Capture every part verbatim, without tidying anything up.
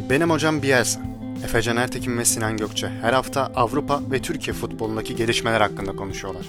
Benim hocam Bielsa. Efecan Ertekin ve Sinan Gökçe her hafta Avrupa ve Türkiye futbolundaki gelişmeler hakkında konuşuyorlar.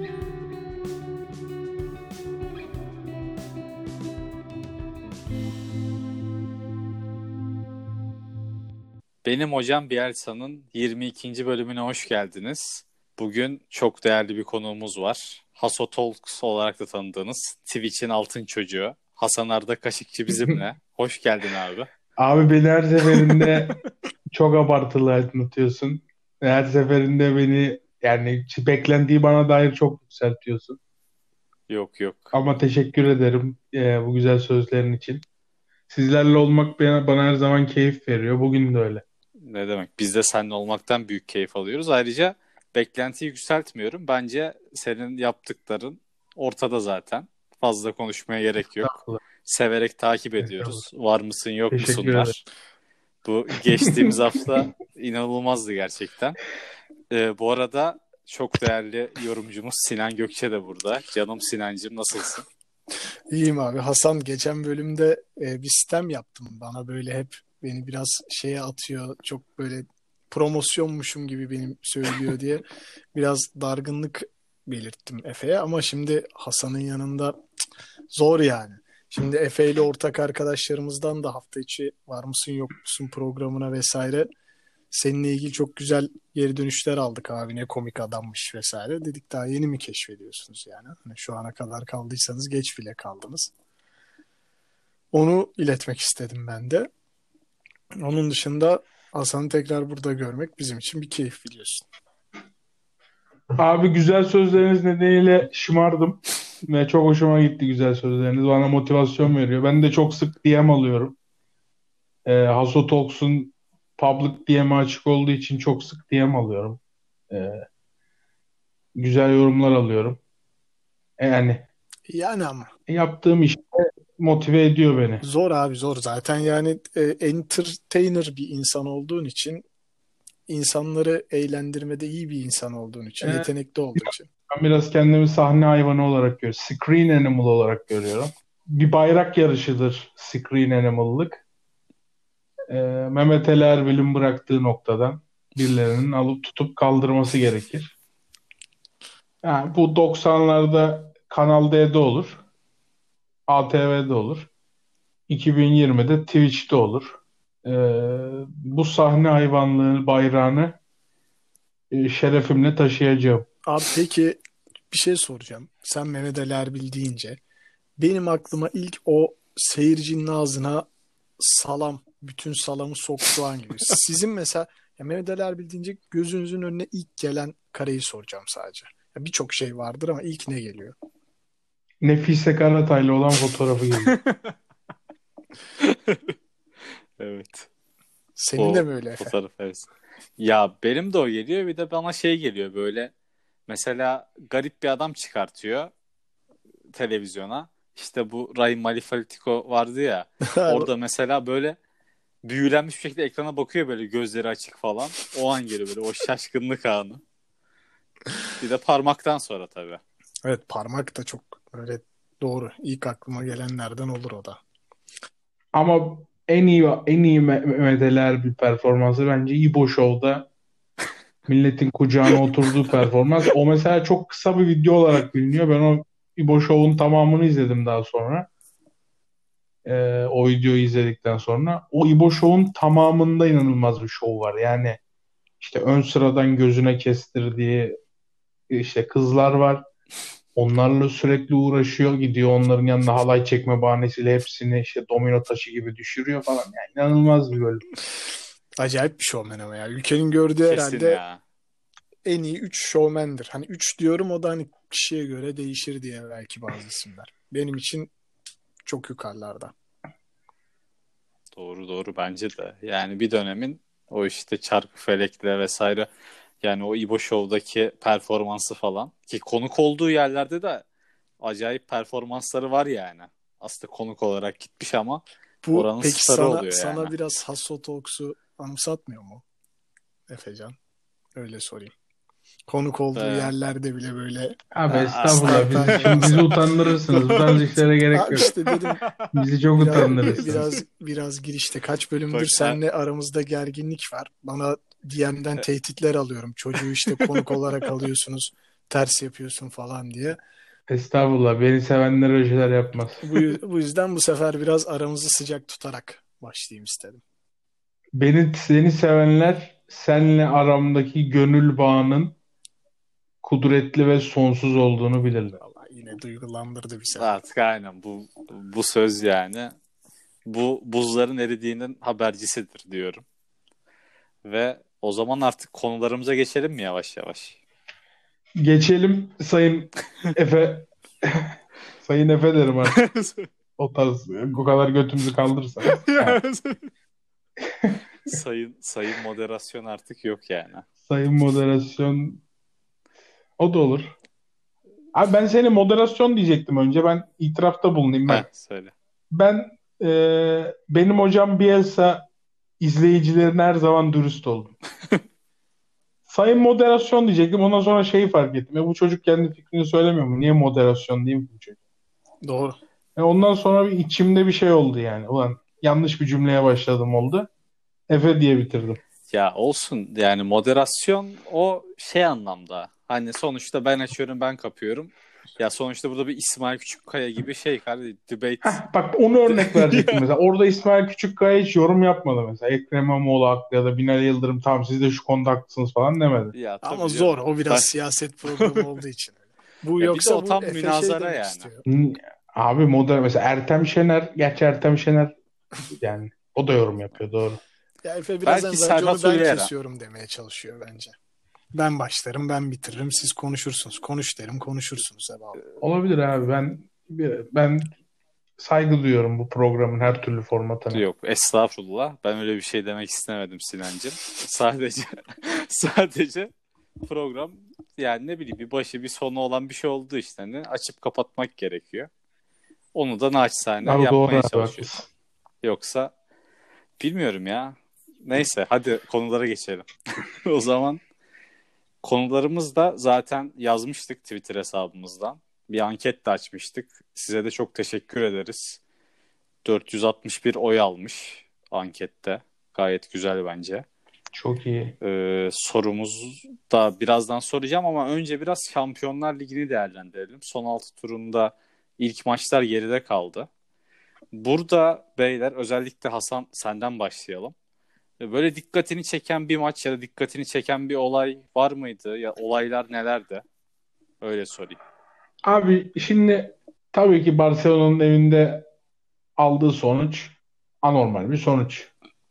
Benim hocam Bielsa'nın yirmi ikinci bölümüne hoş geldiniz. Bugün çok değerli bir konuğumuz var. Haso Talks olarak da tanıdığınız Twitch'in altın çocuğu Hasan Arda Kaşıkçı bizimle. Hoş geldin abi. Abi beni her seferinde çok abartılı anlatıyorsun. Her seferinde beni yani beklentiyi bana dair çok yükseltiyorsun. Yok yok. Ama teşekkür ederim e, bu güzel sözlerin için. Sizlerle olmak bana, bana her zaman keyif veriyor. Bugün de öyle. Ne demek? Biz de seninle olmaktan büyük keyif alıyoruz. Ayrıca beklentiyi yükseltmiyorum. Bence senin yaptıkların ortada zaten. Fazla konuşmaya gerek yok. Severek takip ediyoruz. Var mısın yok Teşekkür musun ederim. var. Bu geçtiğimiz hafta inanılmazdı gerçekten. Ee, bu arada çok değerli yorumcumuz Sinan Gökçe de burada. Canım Sinancığım, nasılsın? İyiyim abi. Hasan geçen bölümde e, bir sistem yaptım. Bana böyle hep beni biraz şeye atıyor. Çok böyle promosyonmuşum gibi benim söylüyor diye biraz dargınlık belirttim Efe'ye. Ama şimdi Hasan'ın yanında cık, zor yani. Şimdi Efe ile ortak arkadaşlarımızdan da hafta içi var mısın yok musun programına vesaire seninle ilgili çok güzel geri dönüşler aldık abi, ne komik adammış vesaire. Dedik daha yeni mi keşfediyorsunuz yani? Hani şu ana kadar kaldıysanız geç bile kaldınız. Onu iletmek istedim ben de. Onun dışında Hasan'ı tekrar burada görmek bizim için bir keyif, biliyorsun. Abi güzel sözleriniz nedeniyle şımardım. Ve çok hoşuma gitti güzel sözleriniz. Bana motivasyon veriyor. Ben de çok sık D M alıyorum. E, Haso Talks'un public D M'i açık olduğu için çok sık D M alıyorum. E, güzel yorumlar alıyorum. E, Yani Yani ama yaptığım iş motive ediyor beni. zor abi, zor. Zaten yani e, entertainer bir insan olduğun için, insanları eğlendirmede iyi bir insan olduğun için, Evet. yetenekli olduğun için. Ben biraz kendimi sahne hayvanı olarak görüyorum. Screen animal olarak görüyorum. Bir bayrak yarışıdır screen animal'lık. Ee, Mehmet Ali Erbil'in bıraktığı noktadan birilerinin alıp tutup kaldırması gerekir. Yani bu doksanlarda Kanal D'de olur. A T V'de olur. iki bin yirmide Twitch'te olur. Ee, bu sahne hayvanlığı bayrağını e, şerefimle taşıyacağım. Abi peki bir şey soracağım. Sen Mehmet Ali Erbil deyince benim aklıma ilk o seyircinin ağzına salam, bütün salamı soktuğu an gibi. Sizin mesela ya Mehmet Ali Erbil deyince gözünüzün önüne ilk gelen kareyi soracağım sadece. Ya birçok şey vardır ama ilk ne geliyor? Nefise Karatay'la olan fotoğrafı geliyor. Evet. Senin O de mi öyle Efe? fotoğraf, evet. Ya benim de o geliyor. Bir de bana şey geliyor böyle. Mesela garip bir adam çıkartıyor televizyona. İşte bu Ray Malifalitiko vardı ya. Orada mesela böyle büyülenmiş bir şekilde ekrana bakıyor, böyle gözleri açık falan. O an geliyor böyle o şaşkınlık anı. Bir de parmaktan sonra tabii. Evet, parmak da çok öyle, doğru. İlk aklıma gelenlerden olur o da. Ama en iyi en iyi Me- Mehmet Ali Erbil performansı bence İbo Show'da milletin kucağına oturduğu performans. O mesela çok kısa bir video olarak biliniyor. Ben o İbo Show'un tamamını izledim daha sonra. Ee, o videoyu izledikten sonra. O İbo Show'un tamamında inanılmaz bir şov var. Yani işte ön sıradan gözüne kestirdiği işte kızlar var. Onlarla sürekli uğraşıyor. Gidiyor onların yanına halay çekme bahanesiyle hepsini işte domino taşı gibi düşürüyor falan. Yani inanılmaz bir bölüm. Acayip bir şovmen ama ya. Ülkenin gördüğü Kesin herhalde ya. en iyi üç şovmendir. Hani üç diyorum, o da hani kişiye göre değişir diye belki bazı isimler. Benim için çok yukarılarda. Doğru doğru, bence de. Yani bir dönemin o işte Çarkıfelek'le vesaire, yani o İbo Show'daki performansı falan, ki konuk olduğu yerlerde de acayip performansları var yani. Aslında konuk olarak gitmiş ama Bu oranın peki starı sana oluyor sana yani. biraz Hasso Talks'u anımsatmıyor mu Efecan? Öyle sorayım. Konuk olduğu Evet. yerlerde bile böyle Abi Aa, estağfurullah. Biz, starttan şimdi bizi yapsa. utandırırsınız. Bu tarz işlere gerek Abi yok. işte dedim Bizi çok biraz utandırırsınız. biraz biraz girişte kaç bölümdür Bak, seninle aramızda gerginlik var. Bana D M'den tehditler alıyorum. Çocuğu işte konuk olarak alıyorsunuz, ters yapıyorsun falan diye. Estağfurullah. Beni sevenler öyle şeyler yapmaz. Bu, bu yüzden bu sefer biraz aramızı sıcak tutarak başlayayım istedim. Beni, seni sevenler seninle aramdaki gönül bağının kudretli ve sonsuz olduğunu bilirler. Vallahi yine duygulandırdı bir sefer. artık aynen bu bu söz yani bu buzların eridiğinin habercisidir diyorum. Ve o zaman artık konularımıza geçelim mi yavaş yavaş? Geçelim Sayın Efe. Sayın Efe derim artık. O tarz bu kadar götümüzü kaldırırsanız. Yani, sayın sayın moderasyon artık yok yani. sayın moderasyon o da olur. Abi ben seni moderasyon diyecektim önce. Ben itirafta bulunayım ben. Heh, söyle. Ben e, benim hocam Bielsa izleyicilerine her zaman dürüst oldum. Sayın moderasyon diyecektim. Ondan sonra şeyi fark ettim. Ya bu çocuk kendi fikrini söylemiyor mu? Niye moderasyon diyeyim ki bu çocuk? Doğru. E ondan sonra bir içimde bir şey oldu yani. Ulan yanlış bir cümleye başladım oldu. Efe diye bitirdim. Ya olsun yani moderasyon o şey anlamda. Hani sonuçta ben açıyorum ben kapıyorum. Ya sonuçta burada bir İsmail Küçükkaya gibi şey kardeşim debate. Heh, bak onu örnek verecektim mesela. Orada İsmail Küçükkaya hiç yorum yapmadı mesela. Ekrem İmamoğlu haklı ya da Binali Yıldırım tamam siz de şu konuda haklısınız falan demedi. Ya tabii Ama canım. zor. O biraz Ben- siyaset programı olduğu için. Bu Ya bir de yoksa o bu tam Efe şey münazara demek yani. istiyor. Hı, Abi moder mesela Ertem Şener, gerçi Ertem Şener yani o da yorum yapıyor doğru. Ya Efe biraz Belki bence onu Serhat ben Uyar'a. kesiyorum demeye çalışıyor bence. Ben başlarım, ben bitiririm, siz konuşursunuz. Konuş derim, konuşursunuz. Abi. Olabilir abi ben ben saygı duyuyorum bu programın her türlü formatına. Yok estağfurullah. Ben öyle bir şey demek istemedim Sinancığım. Sadece sadece program yani ne bileyim bir başı bir sonu olan bir şey olduğu işte hani açıp kapatmak gerekiyor. Onu da naçizane Abi doğru yapmaya abi çalışıyoruz. haklısın. Yoksa bilmiyorum ya. Neyse hadi konulara geçelim. O zaman konularımız da zaten yazmıştık Twitter hesabımızdan. Bir anket de açmıştık. Size de çok teşekkür ederiz. dört yüz altmış bir oy almış ankette. Gayet güzel bence. Çok iyi. Ee, sorumuz da birazdan soracağım ama önce biraz Şampiyonlar Ligi'ni değerlendirelim. Son altı turunda ilk maçlar geride kaldı. Burada beyler özellikle Hasan senden başlayalım. Böyle dikkatini çeken bir maç ya da dikkatini çeken bir olay var mıydı? Ya olaylar nelerdi? Öyle sorayım. Abi şimdi tabii ki Barcelona'nın evinde aldığı sonuç anormal bir sonuç.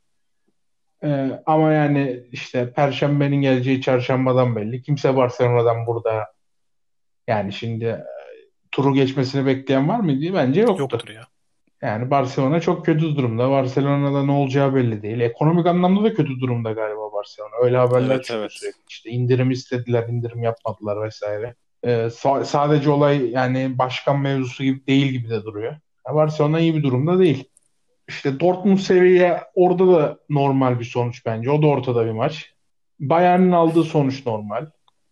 Ee, ama yani işte Perşembenin geleceği çarşambadan belli. Kimse Barcelona'dan burada yani şimdi e, turu geçmesini bekleyen var mıydı? Bence yoktu. Yoktur ya. Yani Barcelona çok kötü durumda. Barcelona'da ne olacağı belli değil. Ekonomik anlamda da kötü durumda galiba Barcelona. Öyle haberler Evet, çıkıyor evet. sürekli. İşte indirim istediler, indirim yapmadılar vesaire. Ee, sa- sadece olay yani başkan mevzusu gibi değil gibi de duruyor. Ya Barcelona iyi bir durumda değil. İşte Dortmund seviye orada da normal bir sonuç bence. O da ortada bir maç. Bayern'in aldığı sonuç normal.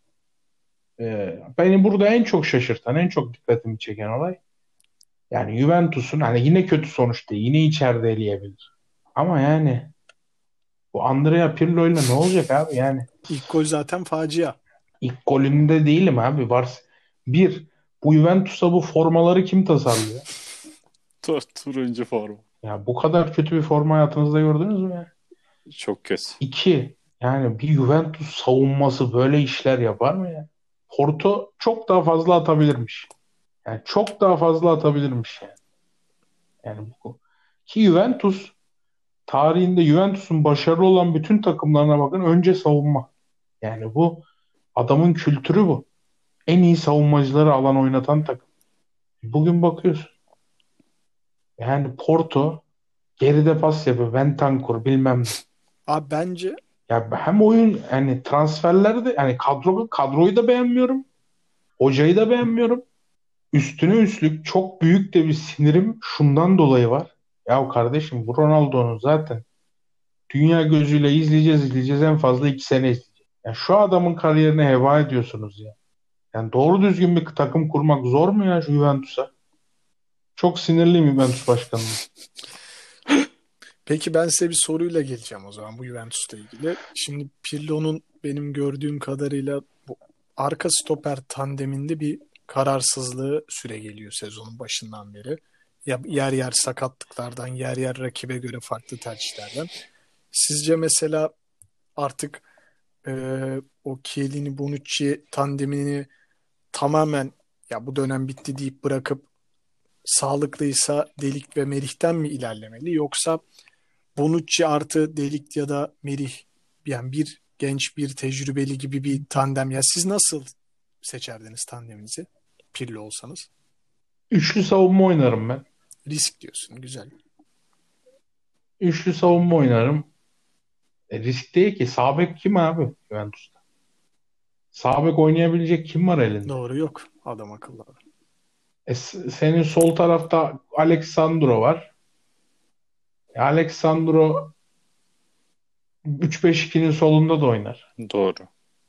Ee, beni burada en çok şaşırtan, en çok dikkatimi çeken olay yani Juventus'un hani yine kötü sonuç değil. Yine içeride eleyebilir. Ama yani bu Andrea Pirlo'yla ne olacak abi yani? İlk gol zaten facia. İlk golünde değilim abi. Var. Bir, bu Juventus'a bu formaları kim tasarlıyor? Tur, turuncu forma. Ya bu kadar kötü bir forma hayatınızda gördünüz mü ya? Çok kötü. İki, yani bir Juventus savunması böyle işler yapar mı ya? Porto çok daha fazla atabilirmiş. Yani çok daha fazla atabilirmiş yani. Yani bu ki Juventus tarihinde Juventus'un başarılı olan bütün takımlarına bakın önce savunma. Yani bu adamın kültürü bu. En iyi savunmacıları alan oynatan takım. Bugün bakıyorsun. Yani Porto geride pas yapıyor. Bentancur bilmem ne. Abi bence Ya hem oyun yani transferlerde yani kadro kadroyu da beğenmiyorum. Hocayı da beğenmiyorum. Üstüne üstlük çok büyük de bir sinirim şundan dolayı var. Ya kardeşim bu Ronaldo'nun zaten dünya gözüyle izleyeceğiz izleyeceğiz en fazla iki sene izleyeceğiz. Ya şu adamın kariyerini heba ediyorsunuz ya. Yani doğru düzgün bir takım kurmak zor mu ya şu Juventus'a? Çok sinirliyim Juventus başkanına. Peki ben size bir soruyla geleceğim o zaman bu Juventus'la ilgili. Şimdi Pirlo'nun benim gördüğüm kadarıyla bu arka stoper tandeminde bir kararsızlığı süre geliyor sezonun başından beri. Ya yer yer sakatlıklardan, yer yer rakibe göre farklı tercihlerden. Sizce mesela artık e, o Chiellini Bonucci tandemini tamamen ya bu dönem bitti deyip bırakıp sağlıklıysa Delik ve Merih'ten mi ilerlemeli yoksa Bonucci artı Delik ya da Merih yani bir genç bir tecrübeli gibi bir tandem ya siz nasıl seçerdiniz tandeminizi Pirlo olsanız? Üçlü savunma oynarım ben. Risk diyorsun güzel. Üçlü savunma oynarım. E, risk değil ki. Sağ bek kim abi Juventus'ta? Sağ bek oynayabilecek kim var elinde? Doğru yok adam akıllı. E, s- senin sol tarafta Alexandro var. E, Alexandro üç beş ikinin solunda da oynar. Doğru.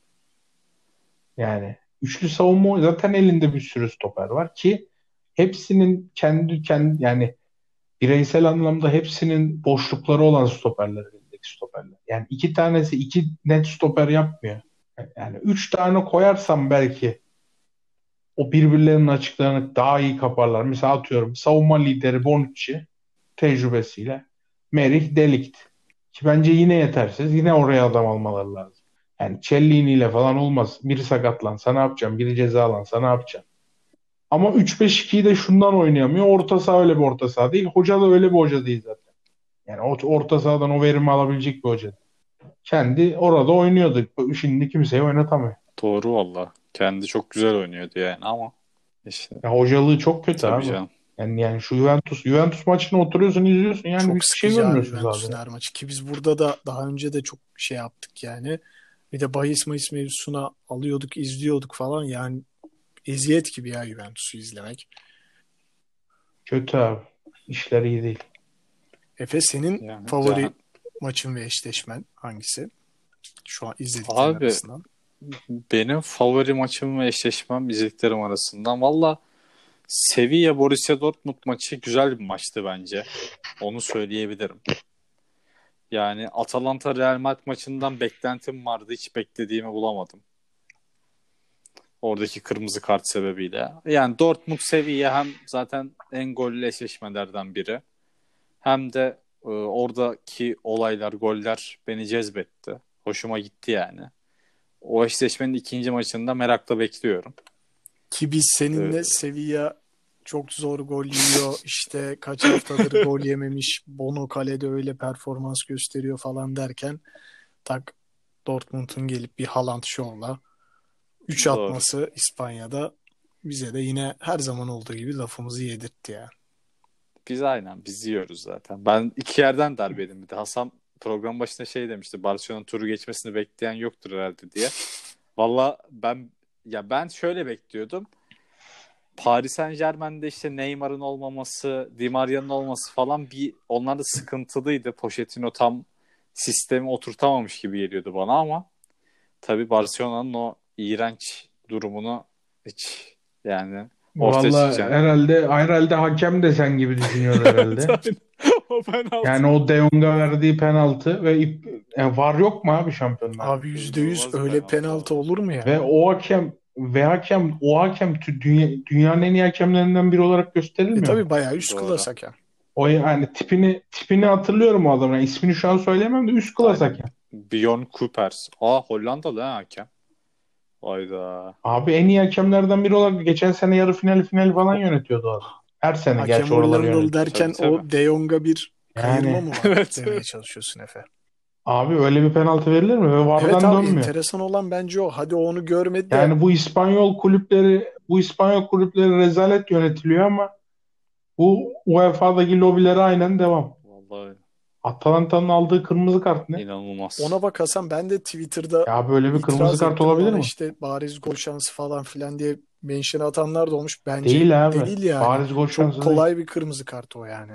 Yani üçlü savunma zaten elinde bir sürü stoper var ki hepsinin kendi kendi yani bireysel anlamda hepsinin boşlukları olan stoperler elindeki stoperler. Yani iki tanesi iki net stoper yapmıyor. Yani üç tane koyarsam belki o birbirlerinin açıklarını daha iyi kaparlar. Mesela atıyorum savunma lideri Bonucci tecrübesiyle Merih Delikt. Ki bence yine yetersiz. Yine oraya adam almaları lazım. Yani Cellini ile falan olmaz. Biri sakatlansa ne yapacağım? Biri cezalansa ne yapacağım? Ama üç beş ikiyi de şundan oynayamıyor. Orta saha öyle bir orta saha değil. Hoca da öyle bir hoca değil zaten. Yani o orta sahadan o verimi alabilecek bir hoca. Kendi orada oynuyordu. Şimdi kimseyi oynatamıyor. Doğru valla. Kendi çok güzel oynuyordu yani ama işte Ya hocalığı çok kötü tabii abi. canım. Yani, yani şu Juventus Juventus maçını oturuyorsun izliyorsun yani Çok hiçbir şey sıkıcı abi görmüyorsun Juventus'un zaten. her maçı ki biz burada da daha önce de çok şey yaptık yani. Bir de bahis mahis mevzusuna alıyorduk, izliyorduk falan yani eziyet gibi ya Juventus'u izlemek. Kötü abi. İşler iyi değil. Efe senin Yani, favori yani maçın ve eşleşmen hangisi? Şu an izlediklerin abi arasından. benim favori maçım ve eşleşmem izlediklerim arasından valla Sevilla Borussia Dortmund maçı güzel bir maçtı bence. Onu söyleyebilirim. Yani Atalanta Real Madrid maçından beklentim vardı. Hiç beklediğimi bulamadım. Oradaki kırmızı kart sebebiyle. Yani Dortmund Sevilla hem zaten en gollü eşleşmelerden biri. Hem de e, oradaki olaylar, goller beni cezbetti. Hoşuma gitti yani. O eşleşmenin ikinci maçında merakla bekliyorum. Ki biz seninle Ee, Sevilla çok zor gol yiyor. İşte kaç haftadır gol yememiş. Bono kalede öyle performans gösteriyor falan derken tak Dortmund'un gelip bir Haaland şovla üç doğru. atması İspanya'da bize de yine her zaman olduğu gibi lafımızı yedirtti ya. Biz aynen biz yiyoruz zaten. Ben iki yerden darbe yedim bir de. Hasan program başında şey demişti. Barcelona turu geçmesini bekleyen yoktur herhalde diye. Valla ben ya ben şöyle bekliyordum. Paris Saint-Germain'de işte Neymar'ın olmaması, Di Maria'nın olması falan bir onlar da sıkıntılıydı. Pochettino tam sistemi oturtamamış gibi geliyordu bana ama tabii Barcelona'nın o iğrenç durumunu hiç yani ortaya Vallahi çıkacağını. herhalde herhalde hakem de sen gibi düşünüyor herhalde. O penaltı. Yani o De Jong'a verdiği penaltı ve ip, yani var yok mu abi Şampiyonlar Abi Ligi'nde? yüzde yüz İnanılmaz öyle penaltı penaltı oldu. olur mu ya? Ve o hakem ve hakem o hakem tü- dünya, dünyanın en iyi hakemlerinden biri olarak E gösterilmiyor mu? tabii bayağı üst Doğru. klas hakem. O yani tipini tipini hatırlıyorum o adamın. Yani ismini şu an söyleyemem de üst klas Aynen. hakem. Bjorn Kuipers. Aa Hollandalı ha hakem. Hayda. Abi en iyi hakemlerden biri olarak geçen sene yarı finali finali falan yönetiyordu o adam. Her sene Hakem gerçi oraları Hollandalı yönetiyor. derken Tabii, o tabii. De Jong'a bir kayırma Yani mı var Evet. demeye çalışıyorsun Efe? abi öyle bir penaltı verilir mi? Ve Evet VAR'dan abi dönmüyor. enteresan olan bence o. Hadi o onu görmedi de Yani bu İspanyol kulüpleri bu İspanyol kulüpleri rezalet yönetiliyor ama bu U E F A'daki lobileri aynen devam. Vallahi Atalanta'nın aldığı kırmızı kart ne? inanılmaz. ona bakarsan ben de Twitter'da Ya böyle bir kırmızı itiraz kart ettim. olabilir Bana mi? işte bariz gol şansı falan filan diye mention atanlar da olmuş. Bence Değil abi. değil yani. Bariz gol Çok şansı değil. kolay bir kırmızı kart o yani.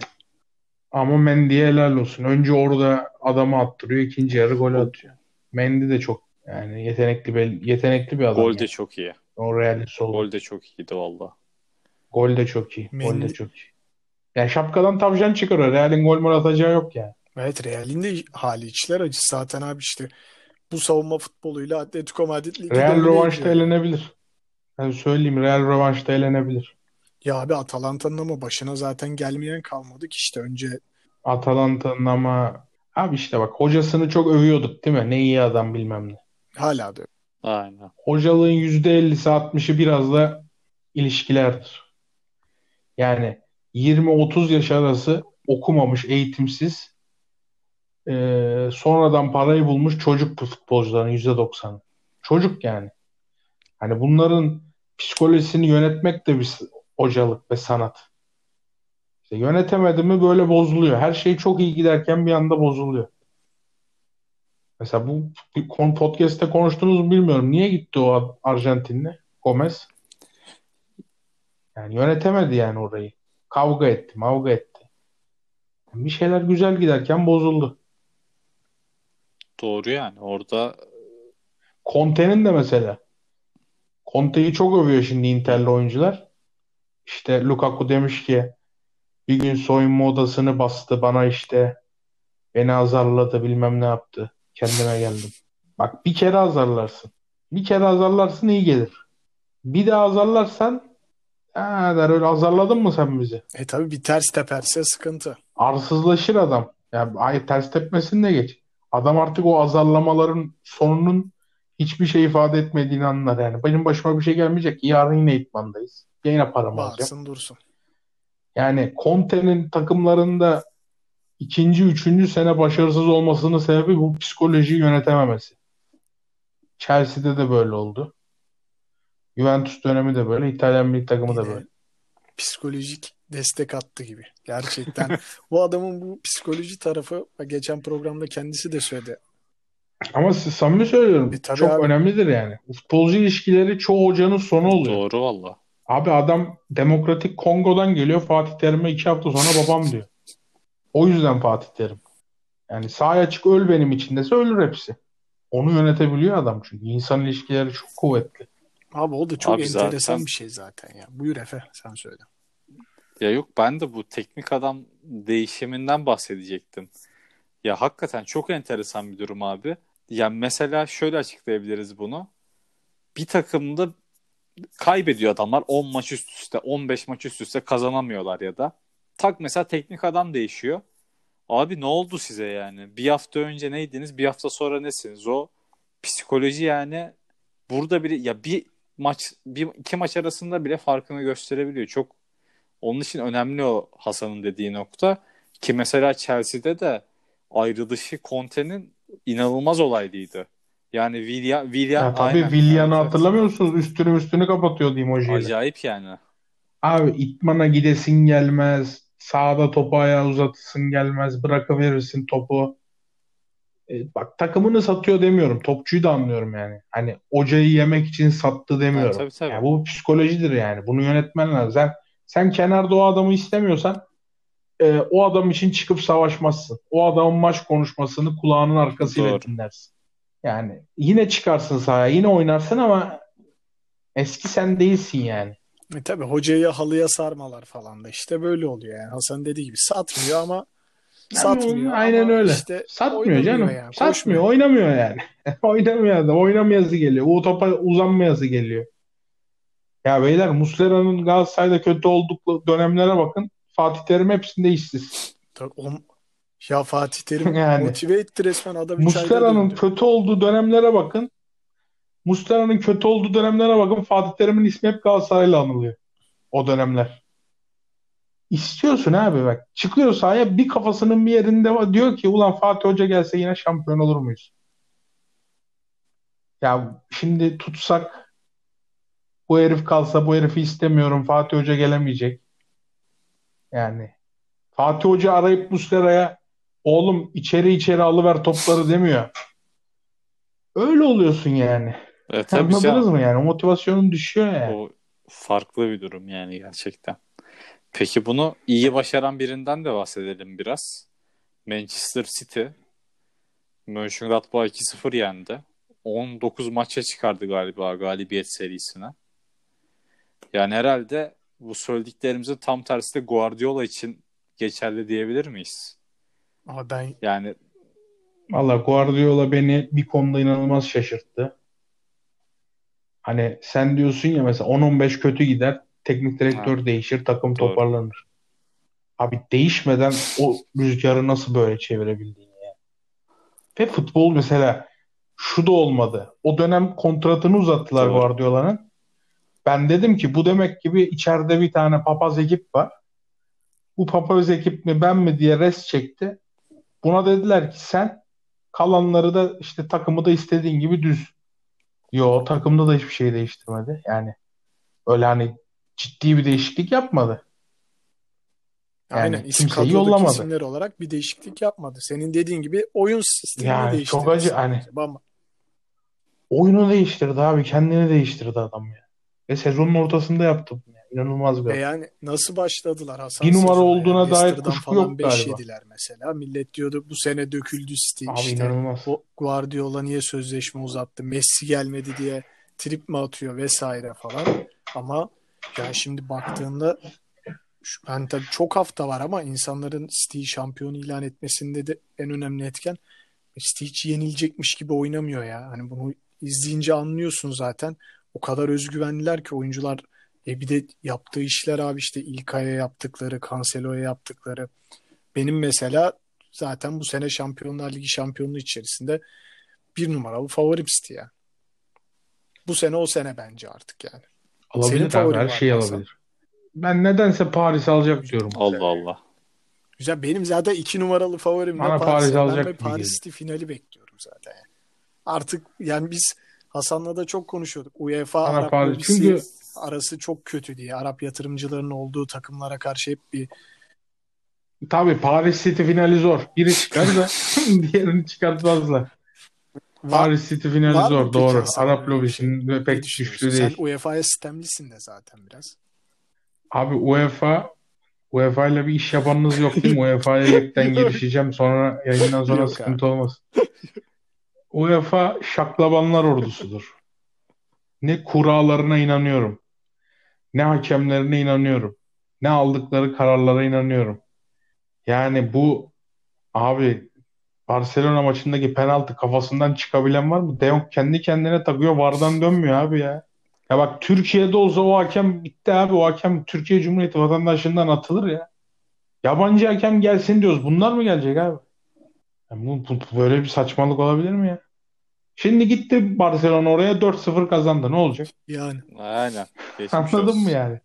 Ama Mendy'ye helal olsun. Önce orada adamı attırıyor, ikinci yarı golü O, atıyor. Mendy de çok Yani yetenekli bir, yetenekli bir adam Gol de yani. çok iyi. O realist sol Gol bek. de çok iyiydi valla. Gol de çok iyi. Gol de Men çok iyi. Yani şapkadan tavşan çıkarıyor. Real'in gol mol atacağı yok yani. evet, Real'in de hali içler acısı zaten abi işte. Bu savunma futboluyla Atletico Madrid ligi Real domine rövanşta ediyor yani. elenebilir. Ben söyleyeyim, Real rövanşta elenebilir. Ya abi Atalanta'nın ama başına zaten gelmeyen kalmadı ki işte önce Atalanta'nın ama abi işte bak, hocasını çok övüyorduk değil mi? Ne iyi adam bilmem ne. hala da Aynen. Hocalığın yüzde ellisi altmışı biraz da ilişkilerdir. Yani yirmi otuz yaş arası okumamış, eğitimsiz, e, sonradan parayı bulmuş çocuk bu futbolcuların yüzde doksanı. Çocuk yani. Hani bunların psikolojisini yönetmek de bir hocalık ve sanat. İşte yönetemedi mi böyle bozuluyor. Her şey çok iyi giderken bir anda bozuluyor. Mesela bu bir kon- podcast'te konuştunuz mu bilmiyorum. Niye gitti o Arjantinli Gomez? Yani yönetemedi yani orayı. Kavga etti, mavga etti. Bir şeyler güzel giderken bozuldu. Doğru yani. Orada Conte'nin de mesela. Conte'yi çok övüyor şimdi hı, Inter'li oyuncular. İşte Lukaku demiş ki bir gün soyunma odasını bastı bana, işte beni azarladı, bilmem ne yaptı. Kendime geldim. Bak, bir kere azarlarsın. Bir kere azarlarsın, iyi gelir. Bir daha azarlarsan, ha der, öyle azarladın mı sen bizi? e tabii bir ters teperse sıkıntı. Arsızlaşır adam. Yani ay, ters tepmesini de geç. Adam artık o azarlamaların sonunun hiçbir şey ifade etmediğini anlar yani. Benim başıma bir şey gelmeyecek ki, yarın yine idmandayız. Yine paramı alacağım. Bağırsın dursun. Yani Conte'nin takımlarında ikinci, üçüncü sene başarısız olmasının sebebi bu psikolojiyi yönetememesi. Chelsea'de de böyle oldu. Juventus dönemi de böyle. İtalyan milli takımı da Yine böyle. psikolojik destek attı gibi. Gerçekten bu adamın bu psikoloji tarafı geçen programda kendisi de söyledi. Ama siz, samimi E söylüyorum, tabii çok abi. önemlidir yani. Futbolcu ilişkileri çoğu hocanın sonu oluyor. doğru valla. Abi adam Demokratik Kongo'dan geliyor, Fatih Terim'e iki hafta sonra babam diyor. O yüzden Fatih Terim. Yani sahaya çık öl benim için dese ölür hepsi. Onu yönetebiliyor adam çünkü. İnsan ilişkileri çok kuvvetli. Abi o da çok Abi enteresan zaten bir şey zaten ya. Buyur Efe, sen söyle. ya yok, ben de bu teknik adam değişiminden bahsedecektim. Ya hakikaten çok enteresan bir durum abi. Yani mesela şöyle açıklayabiliriz bunu. Bir takımda kaybediyor adamlar on maç üst üste, on beş maç üst üste kazanamıyorlar ya da. Tak mesela teknik adam değişiyor. Abi ne oldu size yani? Bir hafta önce neydiniz? Bir hafta sonra nesiniz? O psikoloji yani burada bile ya bir maç bir iki maç arasında bile farkını gösterebiliyor. Çok onun için önemli o Hasan'ın dediği nokta ki mesela Chelsea'de de ayrılışı Conte'nin inanılmaz olaylıydı. Yani Willian, Willian Ya tabii, aynen, Willian'ı evet evet. hatırlamıyor musunuz? Üstünü üstünü kapatıyordu emojiyle. Acayip yani. Abi itmana gidesin gelmez. Sağda topu ayağa uzatırsın gelmez. Bırakıverirsin topu. E, bak, takımını satıyor demiyorum. Topçuyu da anlıyorum yani. Hani hocayı yemek için sattı Ha, demiyorum. tabii tabii. Yani bu psikolojidir yani. Bunu yönetmen lazım. Sen, sen kenarda o adamı istemiyorsan e, o adam için çıkıp savaşmazsın. O adamın maç konuşmasını kulağının arkasıyla Doğru. dinlersin. Yani yine çıkarsın sahaya, yine oynarsın ama eski sen değilsin yani. E tabii hocayı halıya sarmalar falan da işte böyle oluyor yani. Hasan dediği gibi satmıyor ama Yani satmıyor aynen ama öyle. işte Satmıyor oynamıyor canım. yani. Satmıyor, Koşmuyor. oynamıyor yani. Oynamıyor adam. Oynamayası geliyor. O topa uzanmayası geliyor. Ya beyler, Muslera'nın Galatasaray'da kötü oldukları dönemlere bakın. Fatih Terim hepsinde işsiz. Tabii on... Ya Fatih Terim Yani motive etti resmen, adam üç ayda Muslera'nın döndü. kötü olduğu dönemlere bakın. Muslera'nın kötü olduğu dönemlere bakın. Fatih Terim'in ismi hep Galatasaray'la anılıyor. O dönemler. İstiyorsun abi bak. Çıkıyor sahaya, bir kafasının bir yerinde var. Diyor ki ulan Fatih Hoca gelse yine şampiyon olur muyuz? Ya şimdi tutsak, bu herif kalsa, bu herifi istemiyorum, Fatih Hoca gelemeyecek. Yani Fatih Hoca arayıp Muslera'ya oğlum içeri içeri alıver topları demiyor. Öyle oluyorsun yani. E, tabii Anladınız canım. mı yani? O motivasyonun düşüyor yani. O farklı bir durum yani gerçekten. Peki bunu iyi başaran birinden de bahsedelim biraz. Manchester City Mönchengladbach iki sıfır yendi. on dokuz maça çıkardı galiba galibiyet serisine. Yani herhalde bu söylediklerimizin tam tersi de Guardiola için geçerli diyebilir miyiz? Ama ben Yani Valla Guardiola beni bir konuda inanılmaz şaşırttı. Hani sen diyorsun ya mesela on on beş kötü gider, teknik ha, direktör değişir, takım doğru. toparlanır. Abi değişmeden o rüzgarı nasıl böyle çevirebildin ya? Ve futbol mesela şu da olmadı. O dönem kontratını uzattılar Doğru. Guardiola'nın. Ben dedim ki bu demek gibi içeride bir tane papaz ekip var. Bu papaz ekip mi ben mi diye res çekti. Buna dediler ki sen kalanları da işte takımı da istediğin gibi düz. Yo, takımda da hiçbir şey değiştirmedi. Yani öyle hani ciddi bir değişiklik yapmadı. aynen Yani isim kimseyi kadrodaki yollamadı. isimler olarak bir değişiklik yapmadı. Senin dediğin gibi oyun sistemini Yani değiştirdi çok acı hani sadece. Bam- oyunu değiştirdi abi. Kendini değiştirdi adam ya. Ve sezonun ortasında yaptı bunu. Yani. İnanılmaz bir Ve adam. yani nasıl başladılar Hasan Bir numara sezona yani olduğuna dair Leicester'dan kuşku falan yok beş galiba. yediler mesela. Millet diyordu bu sene döküldü City Abi işte inanılmaz. o Guardiola niye sözleşme uzattı Messi gelmedi diye trip mi atıyor vesaire falan. Ama ya şimdi baktığında şu, ben tabii çok hafta var ama insanların City'yi şampiyon ilan etmesinde de en önemli etken City hiç yenilecekmiş gibi oynamıyor ya. Hani bunu izleyince anlıyorsun zaten. O kadar özgüvenliler ki oyuncular e bir de yaptığı işler abi işte İlkay'a yaptıkları, Cancelo'ya yaptıkları. Benim mesela zaten bu sene Şampiyonlar Ligi şampiyonluğu içerisinde bir numaralı favorim City ya. Bu sene o sene bence artık yani. Senin Alabilir abi. favorin Her var mı şeyi Hasan? alabilir. Ben nedense Paris alacak Güzel. diyorum bu Allah sene. Allah. Güzel. Benim zaten iki numaralı favorim de Bana Paris. Paris Yani ben bir alacak gibi Paris geliyor. City finali bekliyorum zaten. Yani. Artık yani biz Hasan'la da çok konuşuyorduk. UEFA Bana Arap Paris. lobisi Çünkü arası çok kötü diye. Arap yatırımcıların olduğu takımlara karşı hep bir tabii Paris City finali zor. Biri çıkar da diğerini çıkartmazlar. Va- Paris City finali var mı zor. peki Doğru. Hasan Arap böyle bir şey? lobisinin de Ne pek düşünüyorsun? güçlü Sen değil. U E F A'ya sistemlisin de zaten biraz. Abi UEFA UEFA ile bir iş yapanınız yok değil mi? U E F A'ya yekten Yok, girişeceğim sonra yayından sonra yok abi. sıkıntı olmasın. UEFA şaklabanlar ordusudur. Ne kurallarına inanıyorum. Ne hakemlerine inanıyorum. Ne aldıkları kararlara inanıyorum. Yani bu abi Barcelona maçındaki penaltı kafasından çıkabilen var mı? De Jong kendi kendine takıyor. VAR'dan dönmüyor abi ya. Ya bak Türkiye'de olsa o hakem bitti abi. O hakem Türkiye Cumhuriyeti vatandaşından atılır ya. Yabancı hakem gelsin diyoruz. Bunlar mı gelecek abi? Ya bu, bu- bu böyle bir saçmalık olabilir mi ya? Şimdi gitti Barcelona oraya dört sıfır kazandı. Ne olacak? Yani. Aynen. Geçmiş Anladın mı olsun. yani?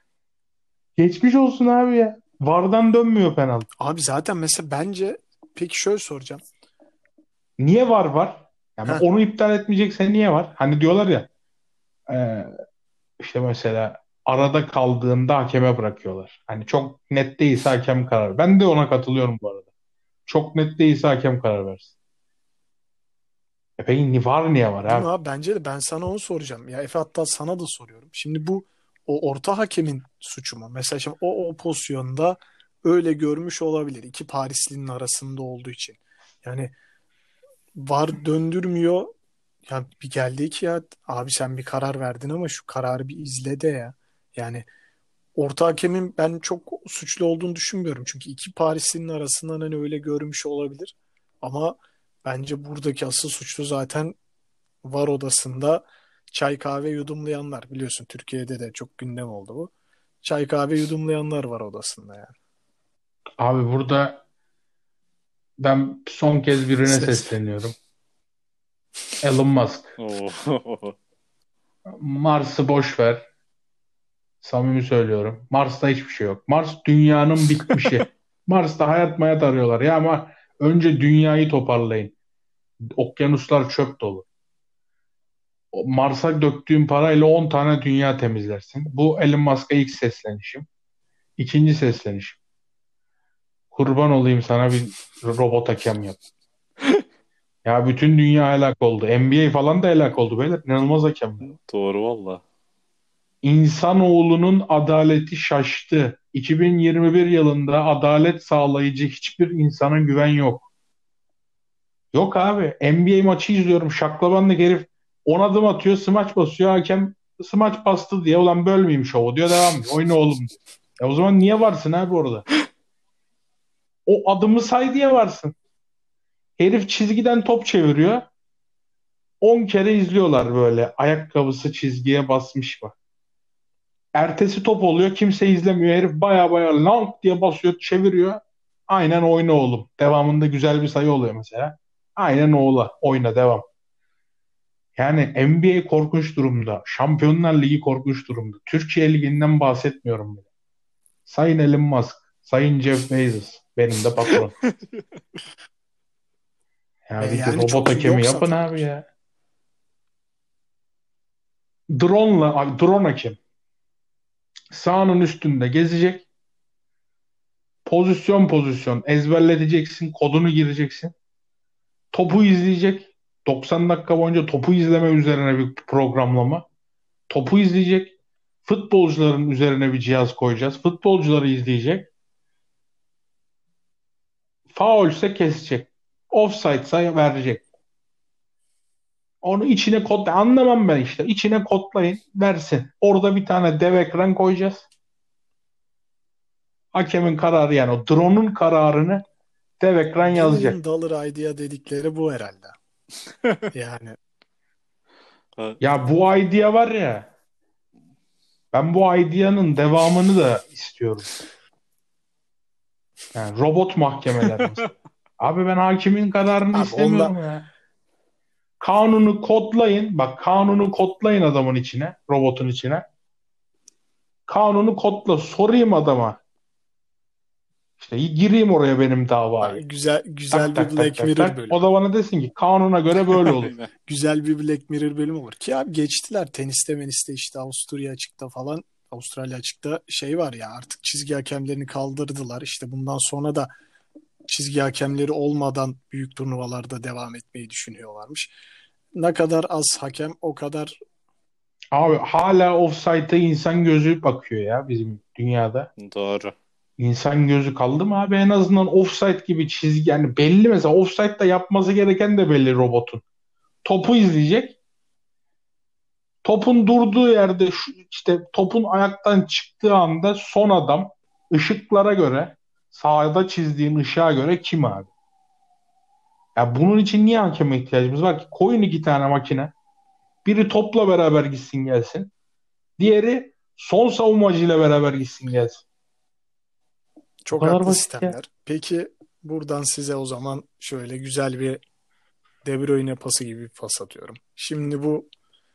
Geçmiş olsun abi ya. VAR'dan dönmüyor penaltı. Abi zaten mesela bence peki şöyle soracağım. Niye VAR var? Yani Heh, onu iptal etmeyeceksen niye var? Hani diyorlar ya e, işte mesela arada kaldığında hakeme bırakıyorlar. Hani çok net değilse hakem karar. Ben de ona katılıyorum bu arada. Çok net değilse hakem karar versin. E peki VAR niye var değil mi abi? abi? Bence de ben sana onu soracağım. Ya Efe hatta sana da soruyorum. Şimdi bu o orta hakemin suçu mu? Mesela şimdi o, o pozisyonda öyle görmüş olabilir. İki Parislinin arasında olduğu için. Yani var döndürmüyor. Ya bir geldi ki ya abi sen bir karar verdin ama şu kararı bir izle de ya. Yani orta hakemin ben çok suçlu olduğunu düşünmüyorum. Çünkü iki Parislinin arasından hani öyle görmüş olabilir. Ama bence buradaki asıl suçlu zaten var odasında çay kahve yudumlayanlar. Biliyorsun Türkiye'de de çok gündem oldu bu. Çay kahve yudumlayanlar var odasında yani. Abi burada ben son kez birine Ses. sesleniyorum. Elon Musk. Oo. Mars'ı boş ver. Samimi söylüyorum. Mars'ta hiçbir şey yok. Mars dünyanın bitmişi. Mars'ta hayat mayat arıyorlar. Ya ama önce dünyayı toparlayın. Okyanuslar çöp dolu. O Mars'a döktüğün parayla on tane dünya temizlersin. Bu Elon Musk'a ilk seslenişim. İkinci seslenişim. Kurban olayım sana bir robot hakem yap. Ya bütün dünya helak oldu. N B A falan da helak oldu beyler. İnanılmaz hakemler. Doğru valla. İnsanoğlunun adaleti şaştı. iki bin yirmi bir yılında adalet sağlayıcı hiçbir insana güven yok. Yok abi. N B A maçı izliyorum. Şaklabanlık herif on adım atıyor. Smaç basıyor. Hakem smaç bastı diye. Ulan bölmeyeyim şovu diyor. Devam ediyor. Oyna oğlum diyor. E o zaman niye varsın abi orada? O adımı say diye varsın. Herif çizgiden top çeviriyor. on kere izliyorlar böyle. Ayakkabısı çizgiye basmış bak. Ertesi top oluyor. Kimse izlemiyor. Herif baya baya lang diye basıyor. Çeviriyor. Aynen oyna oğlum. Devamında güzel bir sayı oluyor mesela. Aynen oğla. Oyna devam. Yani N B A korkunç durumda. Şampiyonlar Ligi korkunç durumda. Türkiye Ligi'nden bahsetmiyorum bile. Sayın Elon Musk. Sayın Jeff Bezos. Benim de patron. Ya E bir de yani robot çok iyi hakemi yok yapın abi satılır. ya. Drone'la, abi drone hakem. Sahanın üstünde gezecek. Pozisyon pozisyon ezberleteceksin. Kodunu gireceksin. Topu izleyecek. doksan dakika boyunca topu izleme üzerine bir programlama. Topu izleyecek. Futbolcuların üzerine bir cihaz koyacağız. Futbolcuları izleyecek. Faulse kesecek. Offside'sa verecek. Onu içine kod anlamam ben işte. İçine kodlayın, versin. Orada bir tane dev ekran koyacağız. Hakemin kararı yani o drone'un kararını dev ekran Million yazacak. dollar idea dedikleri bu herhalde. Yani Ya bu idea var ya, ben bu ideanın devamını da istiyorum. Yani robot mahkemeler mesela. Abi ben hakimin kararını abi onunla istemiyorum ya. Kanunu kodlayın. Bak kanunu kodlayın adamın içine. Robotun içine. Kanunu kodla. Sorayım adama. İşte gireyim oraya benim ha, davayı. güzel Tak güzel bir tak tak Black tak Mirror tak. O bölümü. da bana desin ki kanuna göre böyle olur. Aynen. Güzel bir Black Mirror bölümü olur. Ki abi geçtiler teniste meniste işte Avusturya açıkta falan. Avustralya açıkta şey var ya artık çizgi hakemlerini kaldırdılar. İşte bundan sonra da çizgi hakemleri olmadan büyük turnuvalarda devam etmeyi düşünüyorlarmış. Ne kadar az hakem o kadar Abi hala offside'a insan gözü bakıyor ya bizim dünyada. Doğru. İnsan gözü kaldı mı abi? En azından offside gibi çizgi yani belli mesela offside'da yapması gereken de belli robotun. Topu izleyecek. Topun durduğu yerde şu, işte topun ayaktan çıktığı anda son adam ışıklara göre sahada çizdiğin ışığa göre kim abi? Ya bunun için niye hakeme ihtiyacımız var ki? Koyun iki tane makine. Biri topla beraber gitsin gelsin. Diğeri son savunmacıyla beraber gitsin gelsin. Bu çok kadar haklı basit ya. sistemler. Peki buradan size o zaman şöyle güzel bir De Bruyne pası gibi bir pas atıyorum. Şimdi bu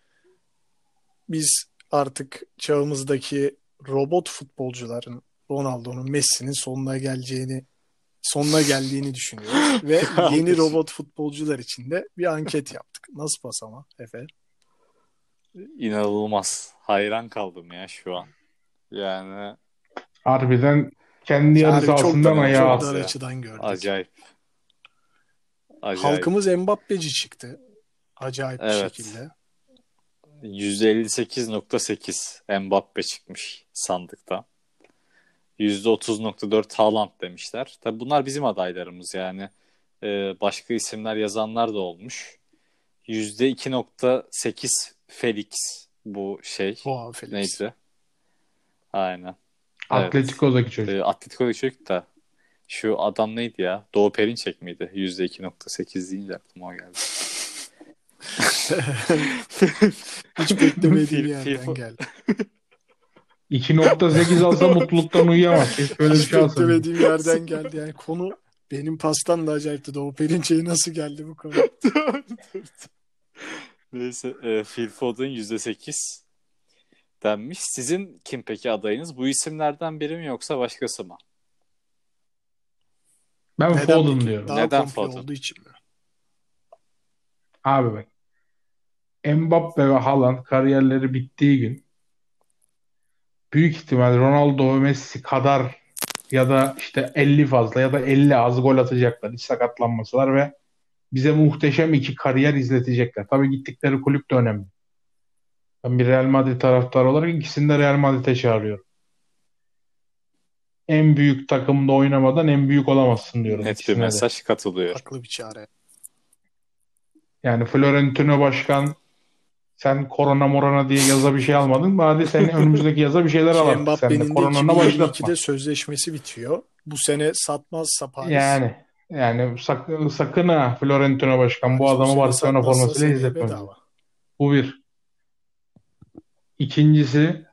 biz artık çağımızdaki robot futbolcuların Ronaldo'nun Messi'nin sonuna geleceğini sonuna geldiğini düşünüyoruz ve yeni robot futbolcular için de bir anket yaptık. Nasıl pas ama Efe? İnanılmaz. Hayran kaldım ya şu an. Yani Harbiden kendi yarı Harbi çok sahasından ayağa çok at. dar ya. açıdan gördük. Acayip. Acayip. Halkımız Mbappé'ci çıktı. Acayip bir Evet. şekilde. yüzde elli sekiz nokta sekiz Mbappe çıkmış sandıkta. yüzde otuz nokta dört Haaland demişler. Tabi bunlar bizim adaylarımız yani. Ee, başka isimler yazanlar da olmuş. yüzde iki nokta sekiz Felix bu şey. Joao Felix. Neydi? Aynen. Evet. Atletico'daki çocuk. Ee, Atletico'daki çocuk da şu adam neydi ya? Doğu Perinçek miydi? yüzde iki nokta sekiz deyince aklıma o geldi. Hiç beklemediğim Fil- yerden FIFA geldi. iki nokta sekiz alsa mutluluktan uyuyamaz. Hiç böyle bir Hiç şey alsa. beklemediğim yerden geldi. Yani konu benim pastan da acayipti. Doğu Perinçek'e nasıl geldi bu konu? Neyse, e, Phil Foden yüzde sekiz denmiş. Sizin kim peki adayınız? Bu isimlerden biri mi yoksa başkası mı? Ben Neden Foden peki? diyorum. Daha Neden komple Foden? olduğu için mi? Abi bak. Mbappe ve Haaland kariyerleri bittiği gün büyük ihtimal Ronaldo ve Messi kadar ya da işte elli fazla ya da elli az gol atacaklar. Hiç sakatlanmasalar ve bize muhteşem iki kariyer izletecekler. Tabii gittikleri kulüp de önemli. Ben bir Real Madrid taraftarı olarak ikisini de Real Madrid'e çağırıyorum. En büyük takımda oynamadan en büyük olamazsın diyorum Net bir ikisine de. mesaj, katılıyorum. Haklı bir çare. Yani Florentino Başkan sen korona morona diye yaza bir şey almadın. Hadi sen önümüzdeki yaza bir şeyler Ki al artık. Sen de Mbappe'nin de koronana başlatma. iki bin yirmi ikide sözleşmesi bitiyor. Bu sene satmazsa Paris, Yani yani sakın, sakın ha Florentino Başkan bu Paris bu adamı sene Barcelona satmazsa formasıyla seneye izletmemeli. bedava. Bu bir. İkincisi,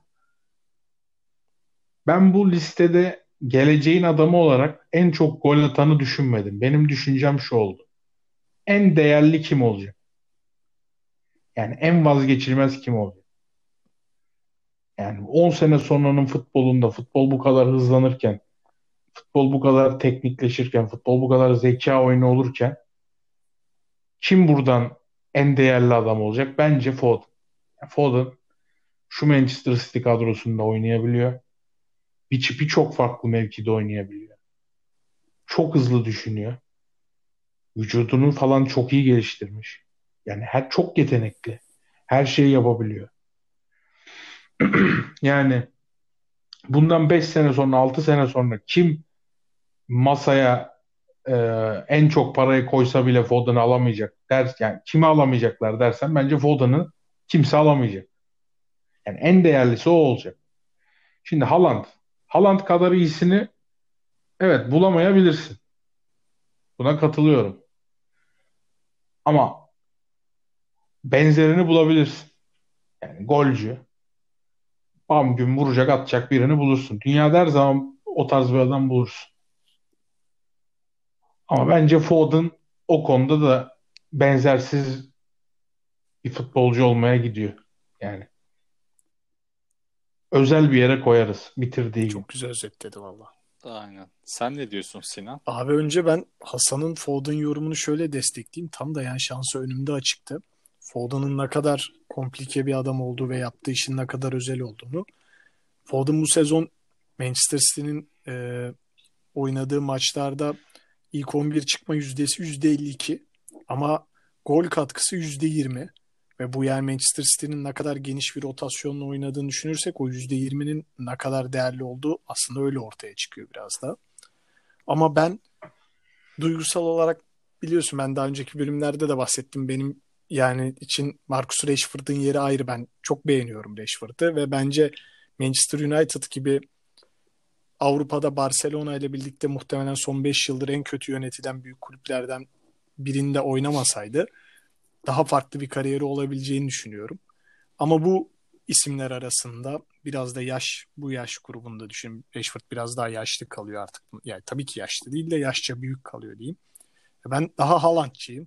ben bu listede geleceğin adamı olarak en çok gol atanı düşünmedim. Benim düşüncem şu oldu. En değerli kim olacak? Yani en vazgeçilmez kim olacak? Yani on sene sonranın futbolunda futbol bu kadar hızlanırken, futbol bu kadar teknikleşirken, futbol bu kadar zeka oyunu olurken kim buradan en değerli adam olacak? Bence Foden. Yani Foden şu Manchester City kadrosunda oynayabiliyor. Bir çipi çok farklı mevkide oynayabiliyor. Çok hızlı düşünüyor. Vücudunu falan çok iyi geliştirmiş. Yani her çok yetenekli. Her şeyi yapabiliyor. Yani bundan beş sene sonra, altı sene sonra kim masaya e, en çok parayı koysa bile Foden'ı alamayacak der, yani kimi alamayacaklar dersen bence Foden'ı kimse alamayacak. Yani en değerlisi o olacak. Şimdi Haaland. Haaland kadar iyisini evet bulamayabilirsin. Buna katılıyorum. Ama benzerini bulabilirsin. Yani golcü. Bam gün vuracak atacak birini bulursun. Dünyada her zaman o tarz bir adam bulursun. Ama bence Foden o konuda da benzersiz bir futbolcu olmaya gidiyor. Yani özel bir yere koyarız bitirdiği gün. Çok güzel özetledi valla. Aynen. Sen ne diyorsun Sinan? Abi önce ben Hasan'ın Foden yorumunu şöyle destekleyeyim. Tam da yani şansı önümde açıktı. Foden'ın ne kadar komplike bir adam olduğu ve yaptığı işin ne kadar özel olduğunu. Foden bu sezon Manchester City'nin e, oynadığı maçlarda ilk on bir çıkma yüzdesi yüzde elli iki ama gol katkısı yüzde yirmi ve bu yani Manchester City'nin ne kadar geniş bir rotasyonla oynadığını düşünürsek o yüzde yirminin ne kadar değerli olduğu aslında öyle ortaya çıkıyor biraz da. Ama ben duygusal olarak biliyorsun ben daha önceki bölümlerde de bahsettim. Benim yani için Marcus Rashford'un yeri ayrı. Ben çok beğeniyorum Rashford'u ve bence Manchester United gibi Avrupa'da Barcelona ile birlikte muhtemelen son beş yıldır en kötü yönetilen büyük kulüplerden birinde oynamasaydı daha farklı bir kariyeri olabileceğini düşünüyorum. Ama bu isimler arasında biraz da yaş, bu yaş grubunda düşün. Rashford biraz daha yaşlı kalıyor artık. Yani tabii ki yaşlı değil de yaşça büyük kalıyor diyeyim. Ben daha Haaland'çıyım.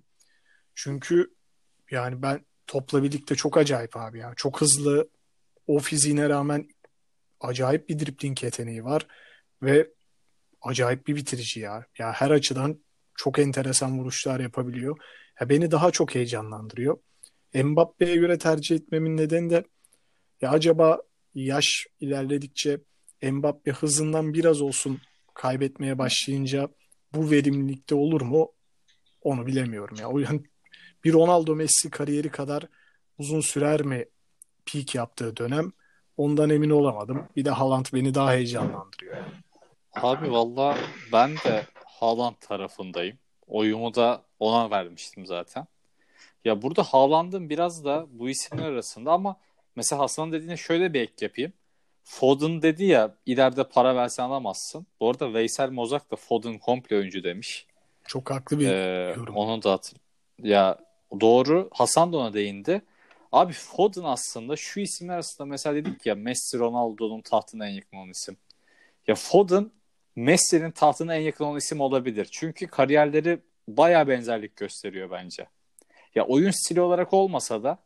Çünkü yani ben topla birlikte çok acayip abi ya. Çok hızlı. O fiziğine rağmen acayip bir dribling yeteneği var. Ve acayip bir bitirici ya. Ya her açıdan çok enteresan vuruşlar yapabiliyor. Ya beni daha çok heyecanlandırıyor. Mbappe'ye göre tercih etmemin nedeni de ya acaba yaş ilerledikçe Mbappe hızından biraz olsun kaybetmeye başlayınca bu verimlilikte olur mu? Onu bilemiyorum ya. O yüzden bir Ronaldo Messi kariyeri kadar uzun sürer mi peak yaptığı dönem? Ondan emin olamadım. Bir de Haaland beni daha heyecanlandırıyor. Yani. Abi valla ben de Haaland tarafındayım. Oyumu da ona vermiştim zaten. Ya burada Haaland'ın biraz da bu isimler arasında ama mesela Hasan'ın dediğine şöyle bir ek yapayım. Foden dedi ya ileride para versen alamazsın. Bu arada Veysel Mozak da Foden komple oyuncu demiş. Çok haklı bir Ee, yorum. onu da hatır. Ya doğru. Hasan da ona değindi. Abi Foden aslında şu isimler arasında mesela dedik ya Messi Ronaldo'nun tahtına en yakın olan isim. Ya Foden Messi'nin tahtına en yakın olan isim olabilir. Çünkü kariyerleri baya benzerlik gösteriyor bence. Ya oyun stili olarak olmasa da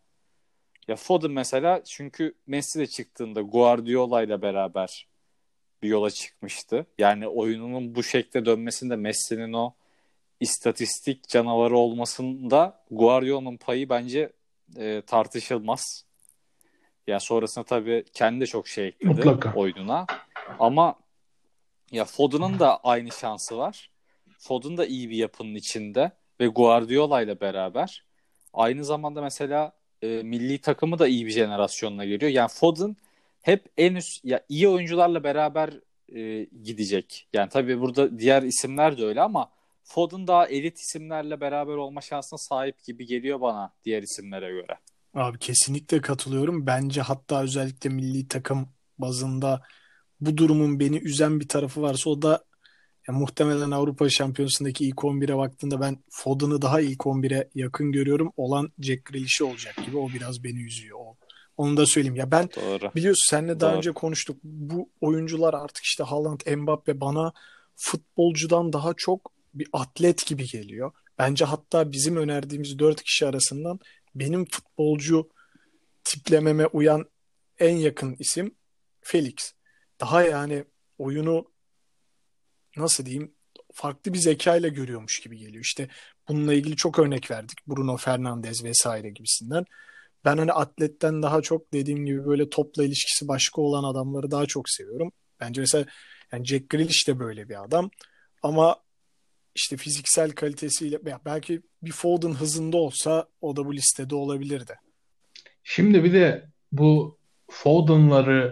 ya Foden mesela çünkü Messi de çıktığında Guardiola ile beraber bir yola çıkmıştı. Yani oyununun bu şekilde dönmesinde Messi'nin o istatistik canavarı olmasında Guardiola'nın payı bence e, tartışılmaz. Ya sonrasında tabii kendi de çok şey ekledi Mutlaka. oyununa. Ama ya Foden'ın da aynı şansı var. Foden da iyi bir yapının içinde ve Guardiola ile beraber. Aynı zamanda mesela e, milli takımı da iyi bir jenerasyonla geliyor. Yani Foden hep en üst ya iyi oyuncularla beraber e, gidecek. Yani tabii burada diğer isimler de öyle ama Foden daha elit isimlerle beraber olma şansına sahip gibi geliyor bana diğer isimlere göre. Abi kesinlikle katılıyorum. Bence hatta özellikle milli takım bazında bu durumun beni üzen bir tarafı varsa o da ya muhtemelen Avrupa Şampiyonası'ndaki ilk on bire baktığında ben Foden'ı daha ilk on bire yakın görüyorum. Olan Jack Grealish'i olacak gibi. O biraz beni üzüyor. O. Onu da söyleyeyim. Ya ben Doğru. biliyorsun seninle daha Doğru. önce konuştuk. Bu oyuncular artık işte Haaland, Mbappe bana futbolcudan daha çok bir atlet gibi geliyor. Bence hatta bizim önerdiğimiz dört kişi arasından benim futbolcu tiplememe uyan en yakın isim Felix. Daha yani oyunu nasıl diyeyim farklı bir zekayla görüyormuş gibi geliyor. İşte bununla ilgili çok örnek verdik. Bruno Fernandes vesaire gibisinden. Ben hani atletten daha çok dediğim gibi böyle topla ilişkisi başka olan adamları daha çok seviyorum. Bence mesela yani Jack Grealish de böyle bir adam. Ama işte fiziksel kalitesiyle ya belki bir Foden hızında olsa o da bu listede olabilirdi. Şimdi bir de bu Foden'ları,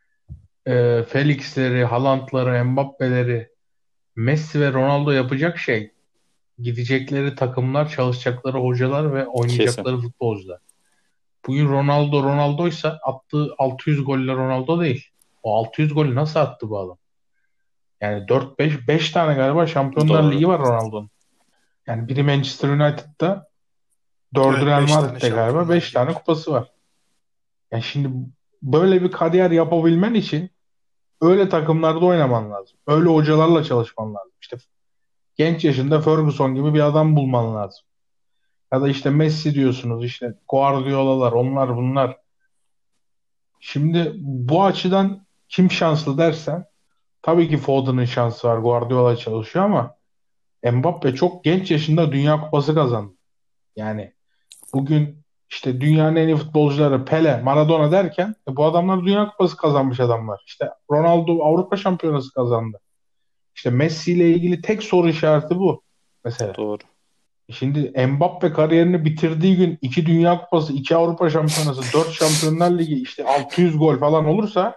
e, Felix'leri, Haaland'ları, Mbappe'leri Messi ve Ronaldo yapacak şey gidecekleri takımlar, çalışacakları hocalar ve Kesin. oynayacakları futbolcular. Bugün Ronaldo Ronaldo'ysa attığı altı yüz golle Ronaldo değil. O altı yüz golü nasıl attı bu adam? Yani dört beş beş tane galiba Şampiyonlar Doğru. Ligi var Ronaldo'nun. Yani biri Manchester United'da, dördü Evet Real beş tane Madrid'de galiba Şampiyonlar beş Ligi tane var. kupası var. Yani şimdi böyle bir kariyer yapabilmen için öyle takımlarda oynaman lazım. Öyle hocalarla çalışman lazım. İşte genç yaşında Ferguson gibi bir adam bulman lazım. Ya da işte Messi diyorsunuz, işte Guardiola'lar, onlar bunlar. Şimdi bu açıdan kim şanslı dersen tabii ki Foden'ın şansı var. Guardiola çalışıyor ama Mbappe çok genç yaşında Dünya Kupası kazandı. Yani bugün işte dünyanın en iyi futbolcuları Pele, Maradona derken e, bu adamlar Dünya Kupası kazanmış adamlar. İşte Ronaldo Avrupa Şampiyonası kazandı. İşte Messi ile ilgili tek soru işareti bu mesela. Doğru. Şimdi Mbappe kariyerini bitirdiği gün iki Dünya Kupası, iki Avrupa Şampiyonası, dört Şampiyonlar Ligi, işte altı yüz gol falan olursa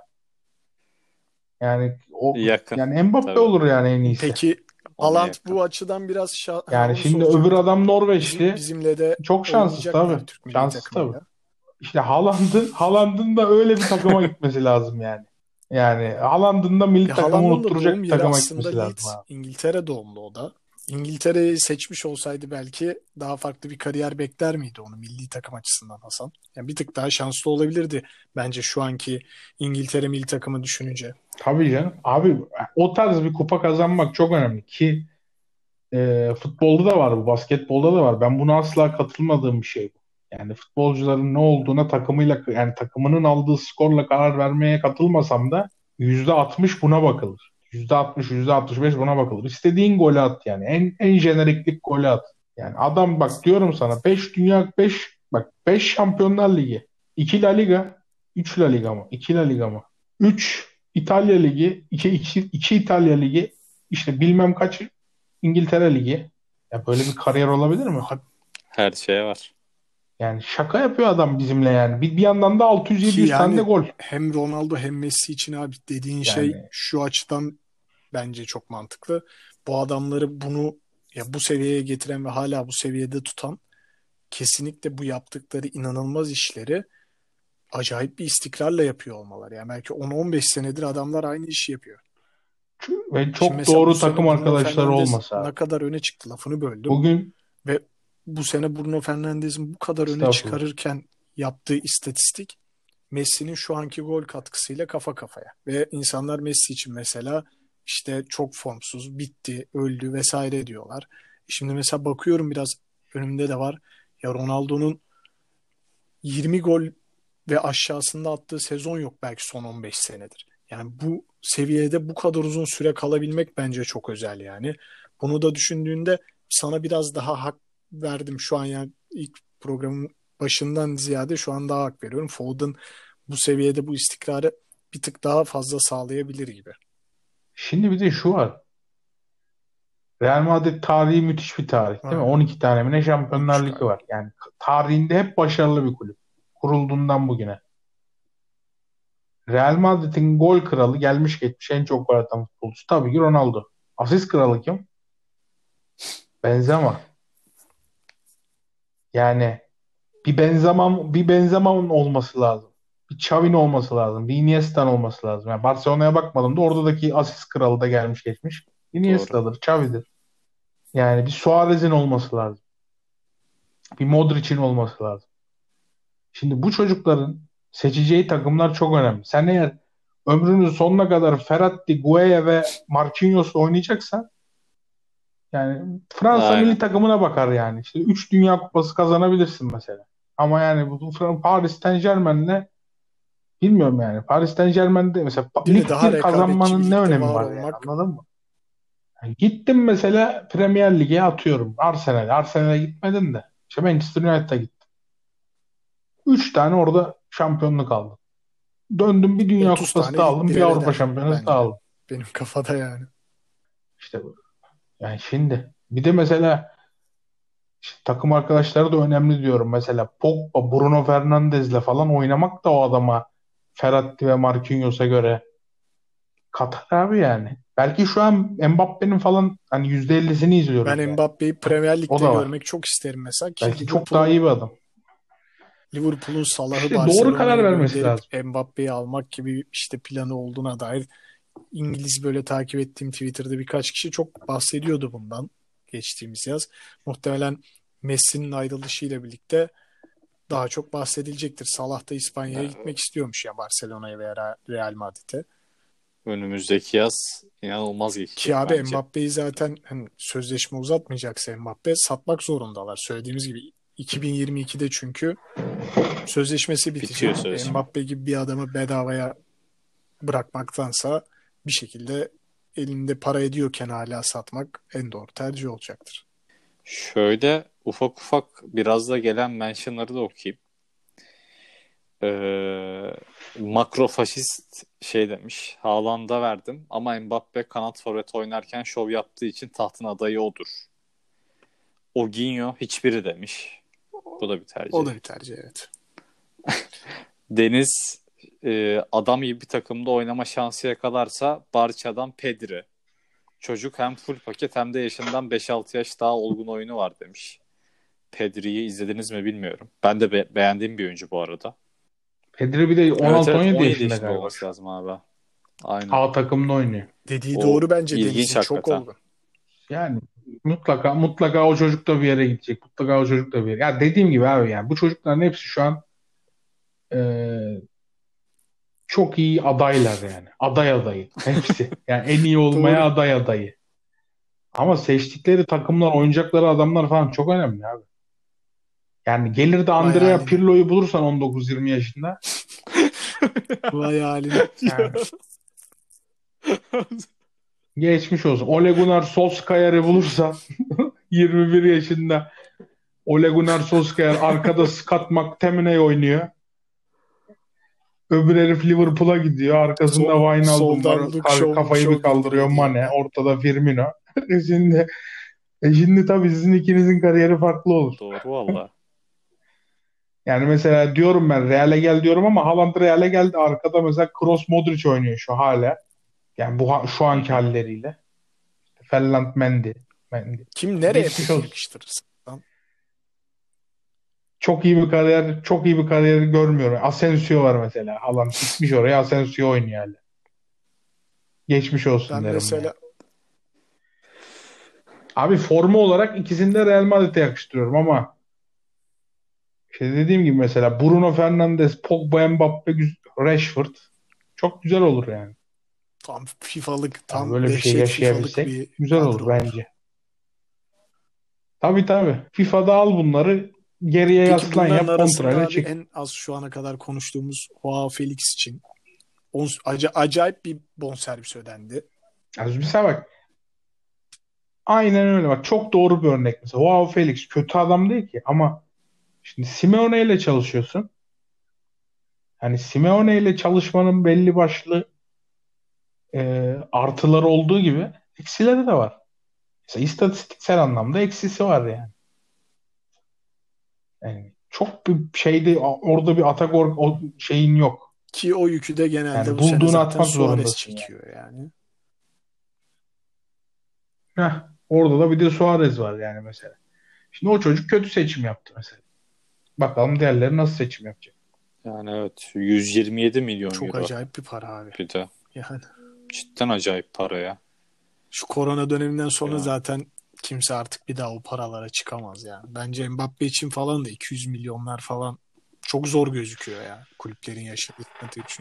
yani o Yakın. yani Mbappe Tabii. olur yani en iyisi. Peki Ona Haaland yakın. bu açıdan biraz şa- ha, Yani onu şimdi öbür soracaktım. adam Bizim Norveçli. bizimle de Çok şanssız oynayacak tabii. mıydı Türk milli Şanssız tabii. takımıyla? İşte Haaland'ın Haaland'ın da öyle bir takıma gitmesi lazım yani. Yani Haaland'ın da milli Ya takımı Haaland'ın da unutturacak doğum bir yeri takıma aslında gitmesi lazım Leeds, abi. İngiltere doğumlu o da. İngiltere'yi seçmiş olsaydı belki daha farklı bir kariyer bekler miydi onu milli takım açısından Hasan? Yani bir tık daha şanslı olabilirdi bence şu anki İngiltere milli takımı düşününce. Tabii canım. Abi o tarz bir kupa kazanmak çok önemli ki e, futbolda da var bu, basketbolda da var. Ben buna asla katılmadığım bir şey bu. Yani futbolcuların ne olduğuna takımıyla yani takımının aldığı skorla karar vermeye katılmasam da yüzde altmış buna bakılır. yüzde altmış, yüzde altmış beş buna bakılır. İstediğin golü at yani. En en jeneriklik golü at. Yani adam bak diyorum sana beş dünya beş bak beş Şampiyonlar Ligi, iki La Liga, üç La Liga mı? iki La Liga mı? üç İtalya Ligi, iki iki iki İtalya Ligi, işte bilmem kaç İngiltere Ligi. Ya böyle bir kariyer olabilir mi? Abi, Her şeye var. Yani şaka yapıyor adam bizimle yani. Bir, bir yandan da ki altı yüz yedi yüz tane de yani gol. hem Ronaldo hem Messi için abi dediğin şey Yani şu açıdan bence çok mantıklı. Bu adamları bunu ya bu seviyeye getiren ve hala bu seviyede tutan kesinlikle bu yaptıkları inanılmaz işleri acayip bir istikrarla yapıyor olmaları. Yani belki on on beş senedir adamlar aynı işi yapıyor. ve Şimdi çok mesela bu doğru takım sene Bruno arkadaşları Fernandes olmasa ne abi. kadar öne çıktı lafını böldüm. Bugün Ve bu sene Bruno Fernandes'in bu kadar öne estağfurullah. çıkarırken yaptığı istatistik Messi'nin şu anki gol katkısıyla kafa kafaya. Ve insanlar Messi için mesela işte çok formsuz, bitti, öldü vesaire diyorlar. Şimdi mesela bakıyorum biraz önümde de var. Ya Ronaldo'nun yirmi gol ve aşağısında attığı sezon yok belki son on beş senedir. Yani bu seviyede bu kadar uzun süre kalabilmek bence çok özel yani. Bunu da düşündüğünde sana biraz daha hak verdim şu an yani ilk programın başından ziyade şu an daha hak veriyorum. Foden bu seviyede bu istikrarı bir tık daha fazla sağlayabilir gibi. Şimdi bir de şu var. Real Madrid tarihi müthiş bir tarih değil mi? Aynen. on iki tane mi ne on üç Şampiyonlar Ligi galiba. var. Yani tarihinde hep başarılı bir kulüp. Kurulduğundan bugüne. Real Madrid'in gol kralı, gelmiş geçmiş en çok gol atan futbolcusu tabii ki Ronaldo. Asist kralı kim? Benzema. Yani bir Benzema bir Benzema'nın olması lazım. Bir Xavi'nin olması lazım. Bir Iniesta'nın olması lazım. Yani Barcelona'ya bakmadım da oradaki asist kralı da gelmiş geçmiş. Doğru. Iniesta'dır, Xavi'dir. Yani bir Suarez'in olması lazım. Bir Modric'in olması lazım. Şimdi bu çocukların seçeceği takımlar çok önemli. Sen eğer ömrünün sonuna kadar Ferrati, Gueye ve Marquinhos oynayacaksan yani Fransa milli Aynen. takımına bakar yani. İşte üç Dünya Kupası kazanabilirsin mesela. Ama yani bu bu Paris Saint-Germain'le bilmiyorum yani. Paris Saint-Germain'de mesela pa- Değil mi? Lig Daha bir rekabetçi bir kazanmanın ne ligde önemi var var yani olmak. anladın mı? Yani gittim mesela Premier Lig'e atıyorum. Arsenal'e. Arsenal'e gitmedin de. İşte Manchester United'a gittim. Üç tane orada şampiyonluk aldım. Döndüm bir Dünya otuz Kupası tane da lig aldım. bir Bir eve Avrupa der Şampiyonası da bence. aldım. Benim kafada yani. İşte bu. Yani şimdi bir de mesela işte takım arkadaşları da önemli diyorum. Mesela Pogba, Bruno Fernandes'le falan oynamak da o adama Ferrati ve Marquinhos'a göre katar abi yani. Belki şu an Mbappe'nin falan hani yüzde ellisini izliyoruz Ben yani. Mbappe'yi Premier O Lig'de da var. görmek çok isterim mesela ki Belki çok daha Liverpool'un iyi bir adam. Liverpool'un Salah'ı İşte doğru karar Barcelona'ya vermesi gönderip lazım. Mbappe'yi almak gibi işte planı olduğuna dair İngiliz böyle takip ettiğim Twitter'da birkaç kişi çok bahsediyordu bundan geçtiğimiz yaz. Muhtemelen Messi'nin ayrılışıyla birlikte daha çok bahsedilecektir. Salah da İspanya'ya gitmek istiyormuş ya Barcelona'ya veya Real Madrid'e. Önümüzdeki yaz inanılmaz Ki geçecek abi bence. Mbappe'yi zaten hani sözleşme uzatmayacaksa Mbappe satmak zorundalar. Söylediğimiz gibi iki bin yirmi ikide çünkü sözleşmesi Bitiyor bitecek. E, sözleşme. Mbappe gibi bir adamı bedavaya bırakmaktansa bir şekilde elinde para ediyorken hala satmak en doğru tercih olacaktır. Şöyle ufak ufak biraz da gelen mentionları da okuyayım. Ee, makrofaşist şey demiş. Haaland'a verdim ama Mbappe kanat forvet oynarken şov yaptığı için tahtın adayı odur. Oginho hiçbiri demiş. Bu da bir O tercih. da bir tercih evet. Deniz e, adam gibi bir takımda oynama şansı yakalarsa Barça'dan Pedri. Çocuk hem full paket hem de yaşından beş altı yaş daha olgun oyunu var demiş. Pedri'yi izlediniz mi bilmiyorum. Ben de be- beğendiğim bir oyuncu bu arada. Pedri bir de Evet evet on altı on yedi on yedi yaşında yaşında galiba. olması lazım abi. Aynen. A takımda oynuyor. Dediği O doğru bence ilginç Deniz'in çok hakikaten. olgun. Yani mutlaka mutlaka o çocuk da bir yere gidecek. Mutlaka o çocuk da bir yere. Ya dediğim gibi abi yani bu çocukların hepsi şu an e, çok iyi adaylar yani. Aday adayı. Hepsi. Yani en iyi olmaya Doğru. aday adayı. Ama seçtikleri takımlar, oynayacakları adamlar falan çok önemli abi. Yani gelir de Vay Andrea haline. Pirlo'yu bulursan on dokuz yirmi yaşında Vay haline. yani geçmiş olsun. Ole Gunnar Solskjaer'i bulursa yirmi bir yaşında Ole Gunnar Solskjaer arkada Scott McTominay oynuyor. Öbür herif Liverpool'a gidiyor. Arkasında Sol, Wijnaldum var. soldan Luke Ka- Shaw, Luke Kafayı bir Shaw kaldırıyor gönderiyordu Mane. yanına. Ortada Firmino. E şimdi, e şimdi tabii sizin ikinizin kariyeri farklı olur. Doğru valla. Yani mesela diyorum ben Real'e gel diyorum ama Haaland Real'e geldi. Arkada mesela Kroos Modric oynuyor şu hala. Yani bu ha- şu Hı anki hı. halleriyle. Ferland Mendy. Mendy. Kim nereye Geçmiş peki olsun. yakıştırırsın? Çok iyi bir kariyer, çok iyi bir kariyer görmüyorum. Asensio var mesela. Haaland gitmiş oraya Asensio oynuyor hala. Geçmiş Ben olsun derim yani. mesela Abi formu olarak ikisini de Real Madrid'e yakıştırıyorum ama işte dediğim gibi mesela Bruno Fernandes, Pogba, Mbappe, Rashford çok güzel olur yani. tam FIFA'lık, Yani tam böyle bir şey dehşet FIFA'lık yaşayabilsek bir güzel kadro olur olur. bence. Tabii tabii. FIFA'da al bunları geriye Peki yaslan bunların yap arasında kontrayla abi çık. en az şu ana kadar konuştuğumuz Joao Felix için on, aca- acayip bir bonservis ödendi. Yani mesela bak aynen öyle bak çok doğru bir örnek mesela. Wow Felix kötü adam değil ki ama şimdi Simeone ile çalışıyorsun. Hani Simeone ile çalışmanın belli başlı e, artıları olduğu gibi eksileri de var. Mesela istatistiksel anlamda eksisi var yani. Yani çok bir şeyde orada bir atak or, o şeyin yok. Ki o yükü de genelde Yani bu sene bulduğunu zaten atmak Suarez zorundasın yani. çekiyor yani. Heh. Orada da bir de Suarez var yani mesela. Şimdi o çocuk kötü seçim yaptı mesela. Bakalım diğerleri nasıl seçim yapacak. Yani evet, yüz yirmi yedi milyon Çok euro acayip bir para abi. bir de. Yani Cidden acayip para ya. şu korona döneminden sonra Ya. zaten kimse artık bir daha o paralara çıkamaz yani. Bence Mbappe için falan da iki yüz milyonlar falan çok zor gözüküyor ya kulüplerin yaşadığı sıkıntı için.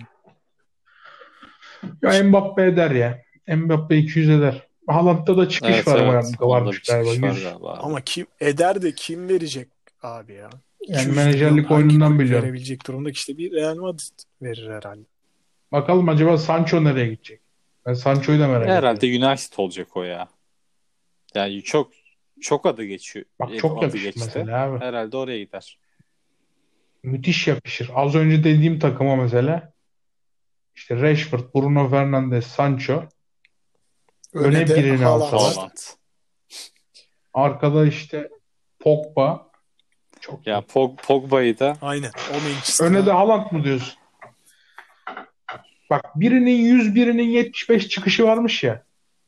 Ya Mbappe eder ya. Mbappe iki yüz eder. Haaland'da da çıkış Evet var evet. varmış Onda bir galiba. çıkış var yüz. galiba abi. Ama kim eder de kim verecek abi ya? Yani iki yüz menajerlik milyon hangi oyunundan kulüp biliyorum. verebilecek durumda, işte bir Real Madrid verir herhalde. Bakalım acaba Sancho nereye gidecek? Ben Sancho'yu da merak ediyorum. Herhalde United olacak o ya. Yani çok çok adı geçiyor. Bak çok adı yakışır geçti. mesela abi. Herhalde oraya gider. Müthiş yakışır. Az önce dediğim takıma mesela işte Rashford, Bruno Fernandes, Sancho. Öne Öne de birini Haaland. alsalar. Haaland. Arkada işte Pogba. Çok Ya iyi. Pog, Pogba'yı da Aynen. O Manchester'a. Öne de Haaland mı diyorsun? Bak birinin yüz, birinin yetmiş beş çıkışı varmış ya.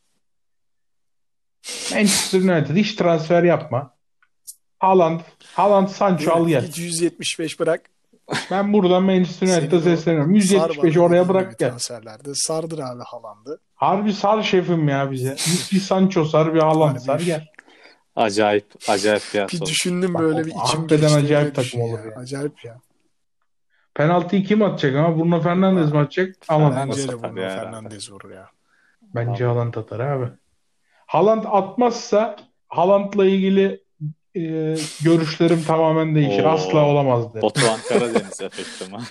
Manchester United hiç transfer yapma. Haaland, Haaland Sancho Değil mi? al gel. Git yüz yetmiş beş bırak. Ben buradan Manchester United'a Senin o sesleniyorum. sar yüz yetmiş beşi bana oraya dediğin gibi bırak gel. transferlerde. Sardır abi Haaland'ı. Harbi sar şefim ya bize. Bir, bir Sancho sar, bir Haaland Harbi. sar gel. acayip acayip bir Bir atı olur. düşündüm Bak, böyle o- bir içim hakikaten geçti. acayip Öyle takım düşün olur ya. yani. Acayip ya. Penaltıyı kim atacak ama Bruno Fernandes mi atacak? Haaland. Fernandes Bence de atar Bruno ya herhalde. Fernandes vurur ya. Bence Abi. Haaland atar abi. Haaland atmazsa Haaland'la ilgili e, görüşlerim tamamen değişir. Oo. Asla olamaz derim. Batuhan Karadeniz efekti mi?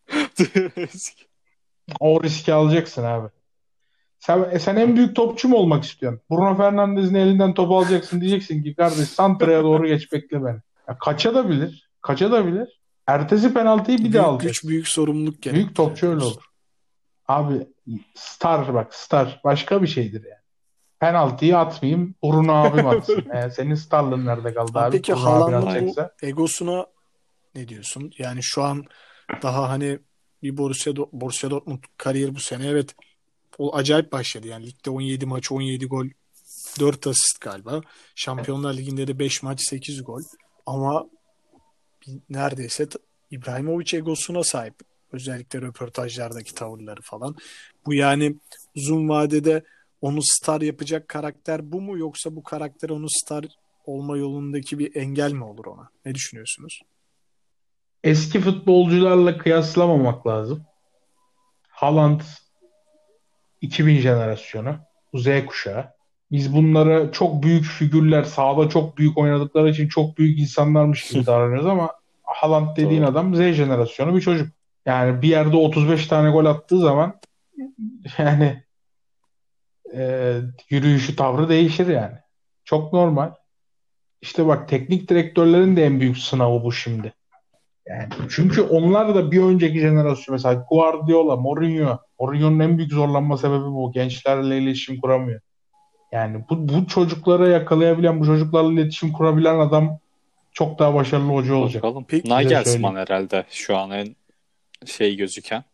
O riski alacaksın abi. Sen, e, sen en büyük topçu mu olmak istiyorsun? Bruno Fernandes'in elinden topu alacaksın. Diyeceksin ki kardeş santraya doğru geç bekle beni. Ya kaça da bilir. Kaça da bilir. Ertesi penaltıyı bir daha Büyük güç, alacaksın. büyük sorumluluk gerektiriyor. Büyük topçu öyle olur. Abi star bak star. Başka bir şeydir yani. Penaltıyı atmayayım. Bruno abim atsın. E, senin starlığın nerede kaldı Abi abi? peki Bruno abin Haaland'ın bu atacaksa. egosuna ne diyorsun? Yani şu an daha hani bir Borussia, Do- Borussia Dortmund kariyeri bu sene evet o acayip başladı. Yani ligde on yedi maç, on yedi gol, dört asist galiba. Şampiyonlar Ligi'nde de beş maç, sekiz gol. Ama bir- neredeyse t- İbrahimovic egosuna sahip. Özellikle röportajlardaki tavırları falan. Bu yani uzun vadede onu star yapacak karakter bu mu, yoksa bu karakter onu star olma yolundaki bir engel mi olur ona? Ne düşünüyorsunuz? Eski futbolcularla kıyaslamamak lazım. Haaland iki bin jenerasyonu. Z kuşağı. Biz bunları çok büyük figürler, sahada çok büyük oynadıkları için çok büyük insanlarmış gibi davranıyoruz ama Haaland dediğin Doğru. adam Z jenerasyonu bir çocuk. Yani bir yerde otuz beş tane gol attığı zaman yani e, yürüyüşü tavrı değişir yani. Çok normal. İşte bak teknik direktörlerin de en büyük sınavı bu şimdi. Yani çünkü onlar da bir önceki jenerasyon mesela Guardiola, Mourinho. Mourinho'nun en büyük zorlanma sebebi bu. Gençlerle iletişim kuramıyor. Yani bu, bu çocuklara yakalayabilen, bu çocuklarla iletişim kurabilen adam çok daha başarılı hoca olacak. Bakalım. Peki- Size Nagelsmann söyleyeyim. herhalde şu an en şey gözüken.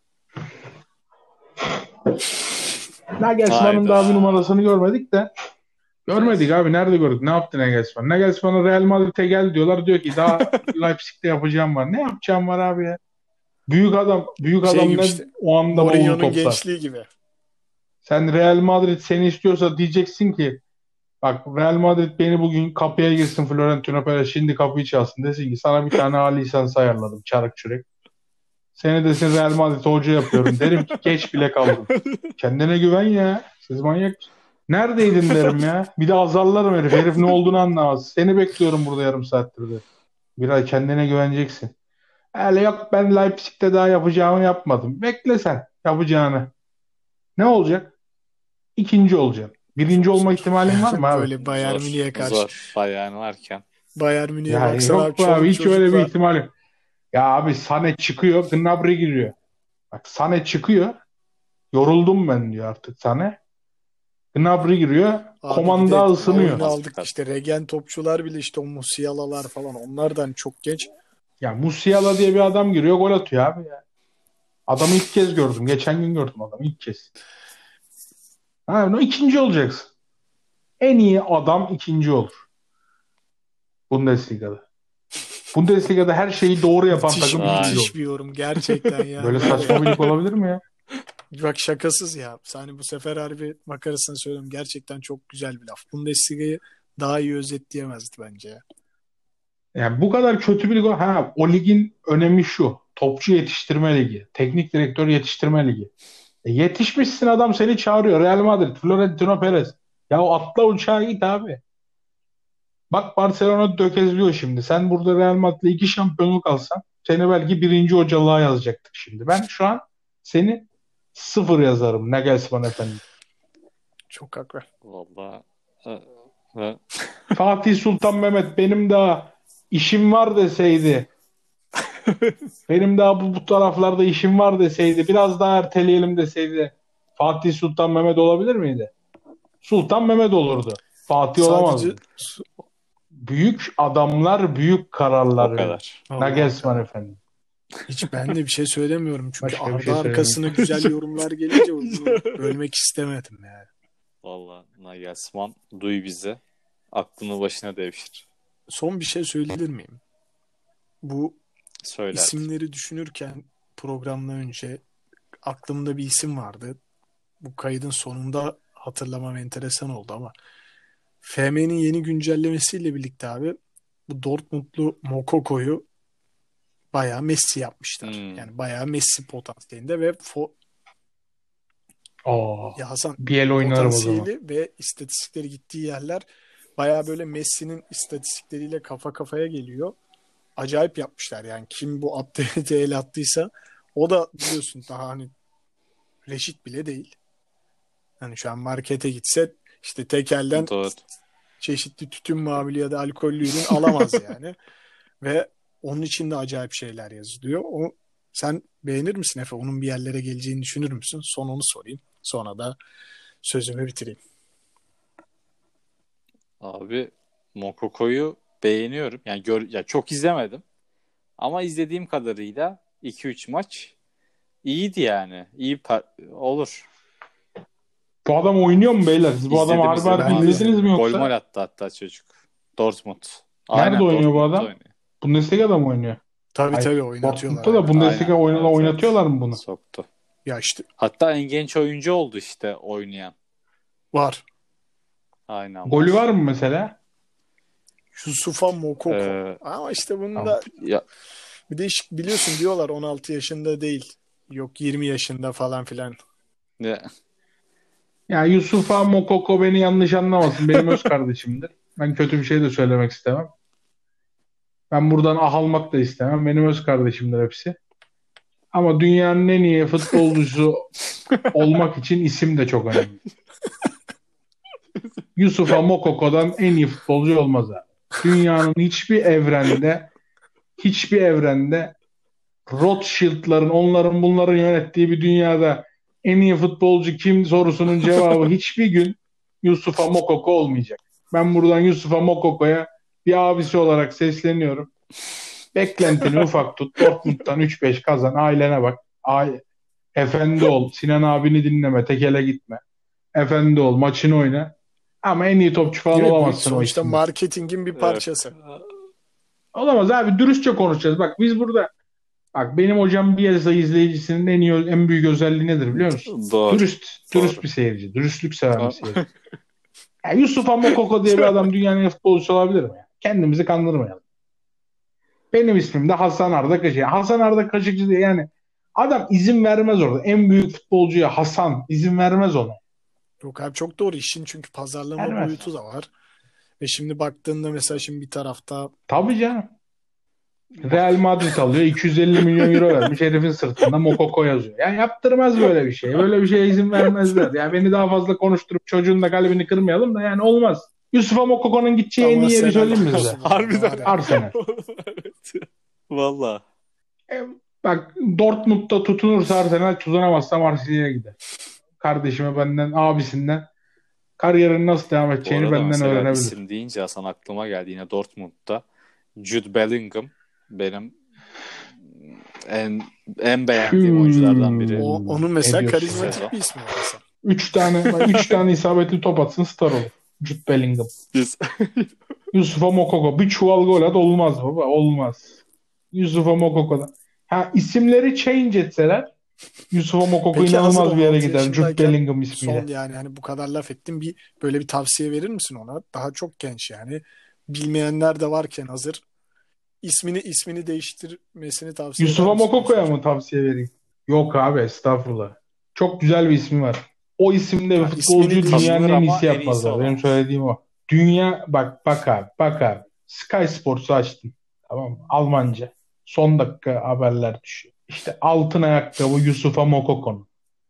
Nagelsmann'ın Hayda. daha bir numarasını görmedik de. Görmedik abi. Nerede gördük? Ne yaptı Nagelsmann? Nagelsmann'a Real Madrid'e gel diyorlar. Diyor ki daha Leipzig'te yapacağım var. Ne yapacağım var abi ya? Büyük adam, büyük Şey adam gibi ne işte, o anda bavulu Mourinho'nun toplar. gençliği gibi. Sen Real Madrid seni istiyorsa diyeceksin ki bak Real Madrid beni bugün kapıya girsin Florentino Perez şimdi kapıyı çalsın desin ki sana bir tane A lisans ayarladım çarık çürek. Seni desin Real Madrid hoca yapıyorum. Derim ki geç bile kaldım. Kendine güven ya. Siz manyak. Neredeydin derim ya. Bir de azarlarım herif. Herif ne olduğunu anlamaz. Seni bekliyorum burada yarım saattir de. Bir ay kendine güveneceksin. Öyle yok ben Leipzig'te daha yapacağımı yapmadım. Bekle sen yapacağını. Ne olacak? İkinci olacaksın. Birinci Zor, olma zor. ihtimalin var mı abi? Böyle Bayern Zor, Münih'e karşı. Zor. Bayern varken. Bayern Münih'e Ya baksana abi, yok be çoluk abi hiç öyle bir çocukla. ihtimal yok. Ya abi Sané çıkıyor, Gnabry giriyor. Bak Sané çıkıyor. Yoruldum ben diyor artık Sané. Gnabry giriyor. Abi bir Komanda de ısınıyor. oyunu aldık işte, regen topçular bile işte o Musiala'lar falan, onlardan çok genç. Ya Musiala diye bir adam giriyor, gol atıyor abi ya. Adamı ilk kez gördüm. Geçen gün gördüm adamı ilk kez. Ha, no, ikinci olacaksın. En iyi adam ikinci olur. Bundesliga'da. Bundesliga'da her şeyi doğru yapan Müthiş, takım Ay. ikinci müthiş olur. bir yorum gerçekten ya. Böyle Var ya. saçma bir lig olabilir mi ya? Bak şakasız ya. Hani bu sefer harbi makarasını söylüyorum. Gerçekten çok güzel bir laf. Bundesliga'yı daha iyi özetleyemezdi bence ya. Yani bu kadar kötü bir lig. Ha, o ligin önemi şu. Topçu yetiştirme ligi. Teknik direktör yetiştirme ligi. E, yetişmişsin, adam seni çağırıyor. Real Madrid, Florentino Perez. Ya atla uçağa git abi. Bak Barcelona dökezliyor şimdi. Sen burada Real Madrid'le iki şampiyonluk alsan seni belki birinci hocalığa yazacaktık şimdi. Ben şu an seni sıfır yazarım Nagelsmann efendi. Çok haklı. Vallahi e, e, Fatih Sultan Mehmet benim daha işim var deseydi, benim daha bu, bu taraflarda işim var deseydi, biraz daha erteleyelim deseydi Fatih Sultan Mehmet olabilir miydi? Sultan Mehmet olurdu. Fatih Sadece olamazdı. Büyük adamlar büyük kararlar o verir. kadar. Nagelsmann efendi. hiç ben de bir şey söylemiyorum. Çünkü Başka bir ardı şey arkasına güzel yorumlar gelince bunu bölmek istemedim yani. Vallahi Nagelsmann duy bizi. Aklını başına devşir. Son bir şey söyleyebilir miyim? Bu Söyle artık. isimleri düşünürken programdan önce aklımda bir isim vardı. Bu kaydın sonunda hatırlamam enteresan oldu ama F M'nin yeni güncellemesiyle birlikte abi bu Dortmundlu Mokoko'yu bayağı Messi yapmışlar. Hmm. Yani bayağı Messi potansiyelinde ve fo- Aa, ya Hasan bir el oynarım o zaman. potansiyeli ve istatistikleri gittiği yerler bayağı böyle Messi'nin istatistikleriyle kafa kafaya geliyor. Acayip yapmışlar yani. Kim bu update'e el attıysa o da biliyorsun daha hani reşit bile değil. Hani şu an markete gitse işte tek elden Doğru. çeşitli tütün mamülü ya da alkollü ürün alamaz yani. Ve onun için de acayip şeyler yazılıyor. O, sen beğenir misin Efe? Onun bir yerlere geleceğini düşünür müsün? Son onu sorayım. Sonra da sözümü bitireyim. Abi Mokoko'yu beğeniyorum. Yani gör, ya çok izlemedim. Ama izlediğim kadarıyla iki üç maç iyiydi yani. İyi par- olur. Bu adam oynuyor mu beyler? Siz bu adamı İzledim, harbi izledim harbi abi. izlediniz mi Gol yoksa? mol attı hatta çocuk. Dortmund. Nerede oynuyor bu Dortmund'da adam? oynuyor. Bundesliga'da mı oynuyor? Tabii Hayır, tabii oynatıyorlar. Dortmund'da da Aynen. Bundesliga Aynen. oyununa Evet, oynatıyorlar evet. mı bunu? Soktu. Ya işte Hatta en genç oyuncu oldu işte oynayan. var. Aynen Golü var. var mı mesela? Yusufa Mokoko. Ee, Ama işte bunda Tamam. ya, bir değişik biliyorsun diyorlar on altı yaşında değil. Yok yirmi yaşında falan filan. ya, Ya Yusufa Mokoko beni yanlış anlamasın. Benim öz kardeşimdir. Ben kötü bir şey de söylemek istemem. Ben buradan ah almak da istemem. Benim öz kardeşimdir hepsi. Ama dünyanın en iyi futbolcusu olmak için isim de çok önemli. Yusufa Mokoko'dan en iyi futbolcu olmaz abi. Dünyanın hiçbir evrende hiçbir evrende Rothschild'ların, onların bunların yönettiği bir dünyada en iyi futbolcu kim sorusunun cevabı hiçbir gün Yusufa Mokoko olmayacak. Ben buradan Yusufa Mokoko'ya bir abisi olarak sesleniyorum. Beklentini ufak tut. Dortmund'dan üç beş kazan. Ailene bak. Aile. Efendi ol. Sinan abini dinleme. Tekele gitme. Efendi ol. Maçını oyna. Ama en iyi topçu falan Değil mi? Bu olamazsın o sonuçta isimle. marketingin bir parçası. Olamaz abi. Dürüstçe konuşacağız. Bak biz burada Bak benim hocam Bielsa izleyicisinin en iyi en büyük özelliği nedir biliyor musun? doğru. Dürüst, dürüst Doğru. bir seyirci. Dürüstlük seven Doğru. bir seyirci. Ya Yusuf Mokoko diye bir adam dünyanın en iyi futbolcusu olabilir mi? Kendimizi kandırmayalım. Benim ismim de Hasan Arda Kaşık. Hasan Arda Kaşıkçı diye yani adam izin vermez orada. En büyük futbolcuya Hasan izin vermez ona. Yok abi çok doğru işin çünkü pazarlama Vermez. boyutu da var. Ve şimdi baktığında mesela şimdi bir tarafta Tabii canım. Real Madrid alıyor. iki yüz elli milyon euro vermiş. Herifin sırtında Mokoko yazıyor. Yani yaptırmaz böyle bir şey. Böyle bir şeye izin vermezler. Yani beni daha fazla konuşturup çocuğun da kalbini kırmayalım da yani olmaz. Yusuf Mokoko'nun gideceği en iyi yeri söyleyeyim mi size? Harbiden. Arsenal. Evet. Valla. E, bak Dortmund'da tutunursa Arsenal, tutunamazsa Marsilya'ya gider. Kardeşime benden, abisinden kariyerin nasıl devam Bu edeceğini arada benden mesela öğrenebilir. isim deyince Hasan aklıma geldi yine Dortmund'da. Jude Bellingham benim en en beğendiğim Hmm. oyunculardan biri. o, onun mesela Ne diyorsun karizmatik ya? bir ismi var mesela. Üç tane, üç tane isabetli top atsın star olur. Jude Bellingham. Biz Yusuf'a Mokoko. Bir çuval gol at olmaz baba. Olmaz. Yusuf'a Mokoko'da. Ha isimleri change etseler Yusuf'a Mokoko Peki hazır inanılmaz bir yere on altı gider. Jude yaşındayken Bellingham son ismiyle. yani hani bu kadar laf ettim bir böyle bir tavsiye verir misin ona? Daha çok genç yani. Bilmeyenler de varken hazır ismini ismini değiştirmesini tavsiye eder Yusuf'a misin o Mokoko'ya çocuğa? mı tavsiye vereyim? Yok abi estağfurullah. Çok güzel bir ismi var. O isimde bir Ha, ismini futbolcuyu dünyanın tanınır en ama iyisi en iyisi yapmazlar. Benim olamaz. söylediğim o. Dünya bak bak abi bak abi. Sky Sports'u açtım. Tamam mı? Almanca. Son dakika haberler düşüyor. İşte altın ayakkabı Yusuf'a Mokoko'nun.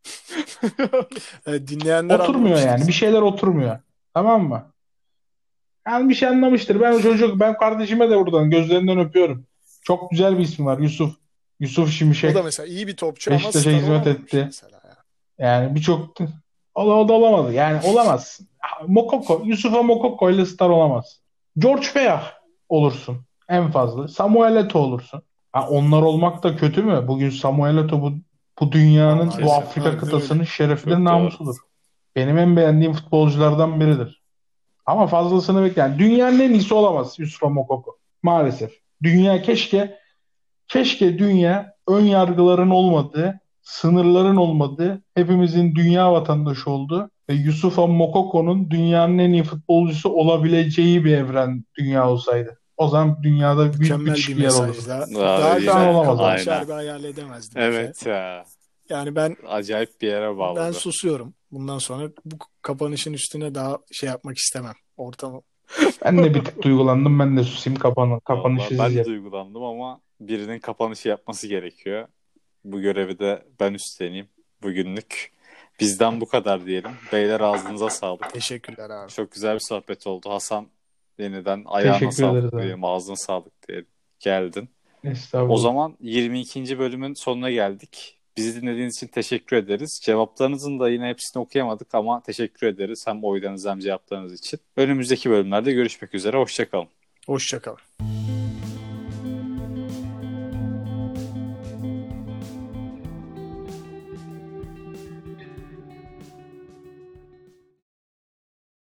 Evet, dinleyenler Oturmuyor anlamıştır yani. Bir zaten. şeyler oturmuyor. Tamam mı? Yani bir şey anlamıştır. Ben o çocuk, ben kardeşime de buradan gözlerinden öpüyorum. Çok güzel bir ismi var. Yusuf. Yusuf O da Şimşek. mesela iyi bir topçu ama Beşiktaş'a star hizmet olamamış etti. mesela ya. Yani birçok o da, o da olamadı. Yani olamaz. Mokoko, Yusuf'a Mokoko ile star olamaz. George Weah olursun en fazla. Samuel Eto'o olursun. Ha, onlar olmak da kötü mü? Bugün Samuel Eto'o bu, bu dünyanın, Vallahi bu öyle. Kesin. Afrika Harbiden öyle. kıtasının şerefidir, Çok doğru. namusudur. Benim en beğendiğim futbolculardan biridir. Ama fazlasını bekleyen. Dünyanın en iyisi olamaz Yusuf'a Mokoko. Maalesef. Dünya keşke Keşke dünya ön yargıların olmadığı, sınırların olmadığı, hepimizin dünya vatandaşı olduğu ve Yusufa Mokoko'nun dünyanın en iyi futbolcusu olabileceği bir evren dünya olsaydı. O zaman dünyada büyük Mükemmel bir müthiş bir yer olurdu. mesajla. Aa, Daha Şu an güzel yine bir olamaz abi. kapanış aynen. harbi hayal edemezdim Efe. Evet ya. Yani ben Acayip bir yere ben bağladı. susuyorum. Bundan sonra bu kapanışın üstüne daha şey yapmak istemem. Ortamı. Ben de bir tık duygulandım. Ben de susayım kapanı, kapanışı Vallahi siz ben de yapın. duygulandım ama birinin kapanışı yapması gerekiyor. Bu görevi de ben üstleneyim bugünlük. Bizden bu kadar diyelim. Beyler ağzınıza sağlık. Teşekkürler abi. Çok güzel bir sohbet oldu. Hasan yeniden ayağına Teşekkür ederiz sağlık abi. diyelim. Ağzına sağlık diyelim. Geldin. O Estağfurullah. zaman yirmi ikinci bölümün sonuna geldik. Bizi dinlediğiniz için teşekkür ederiz. Cevaplarınızın da yine hepsini okuyamadık ama teşekkür ederiz. Hem oylarınız hem cevaplarınız için. Önümüzdeki bölümlerde görüşmek üzere. Hoşça kalın. Hoşça kal.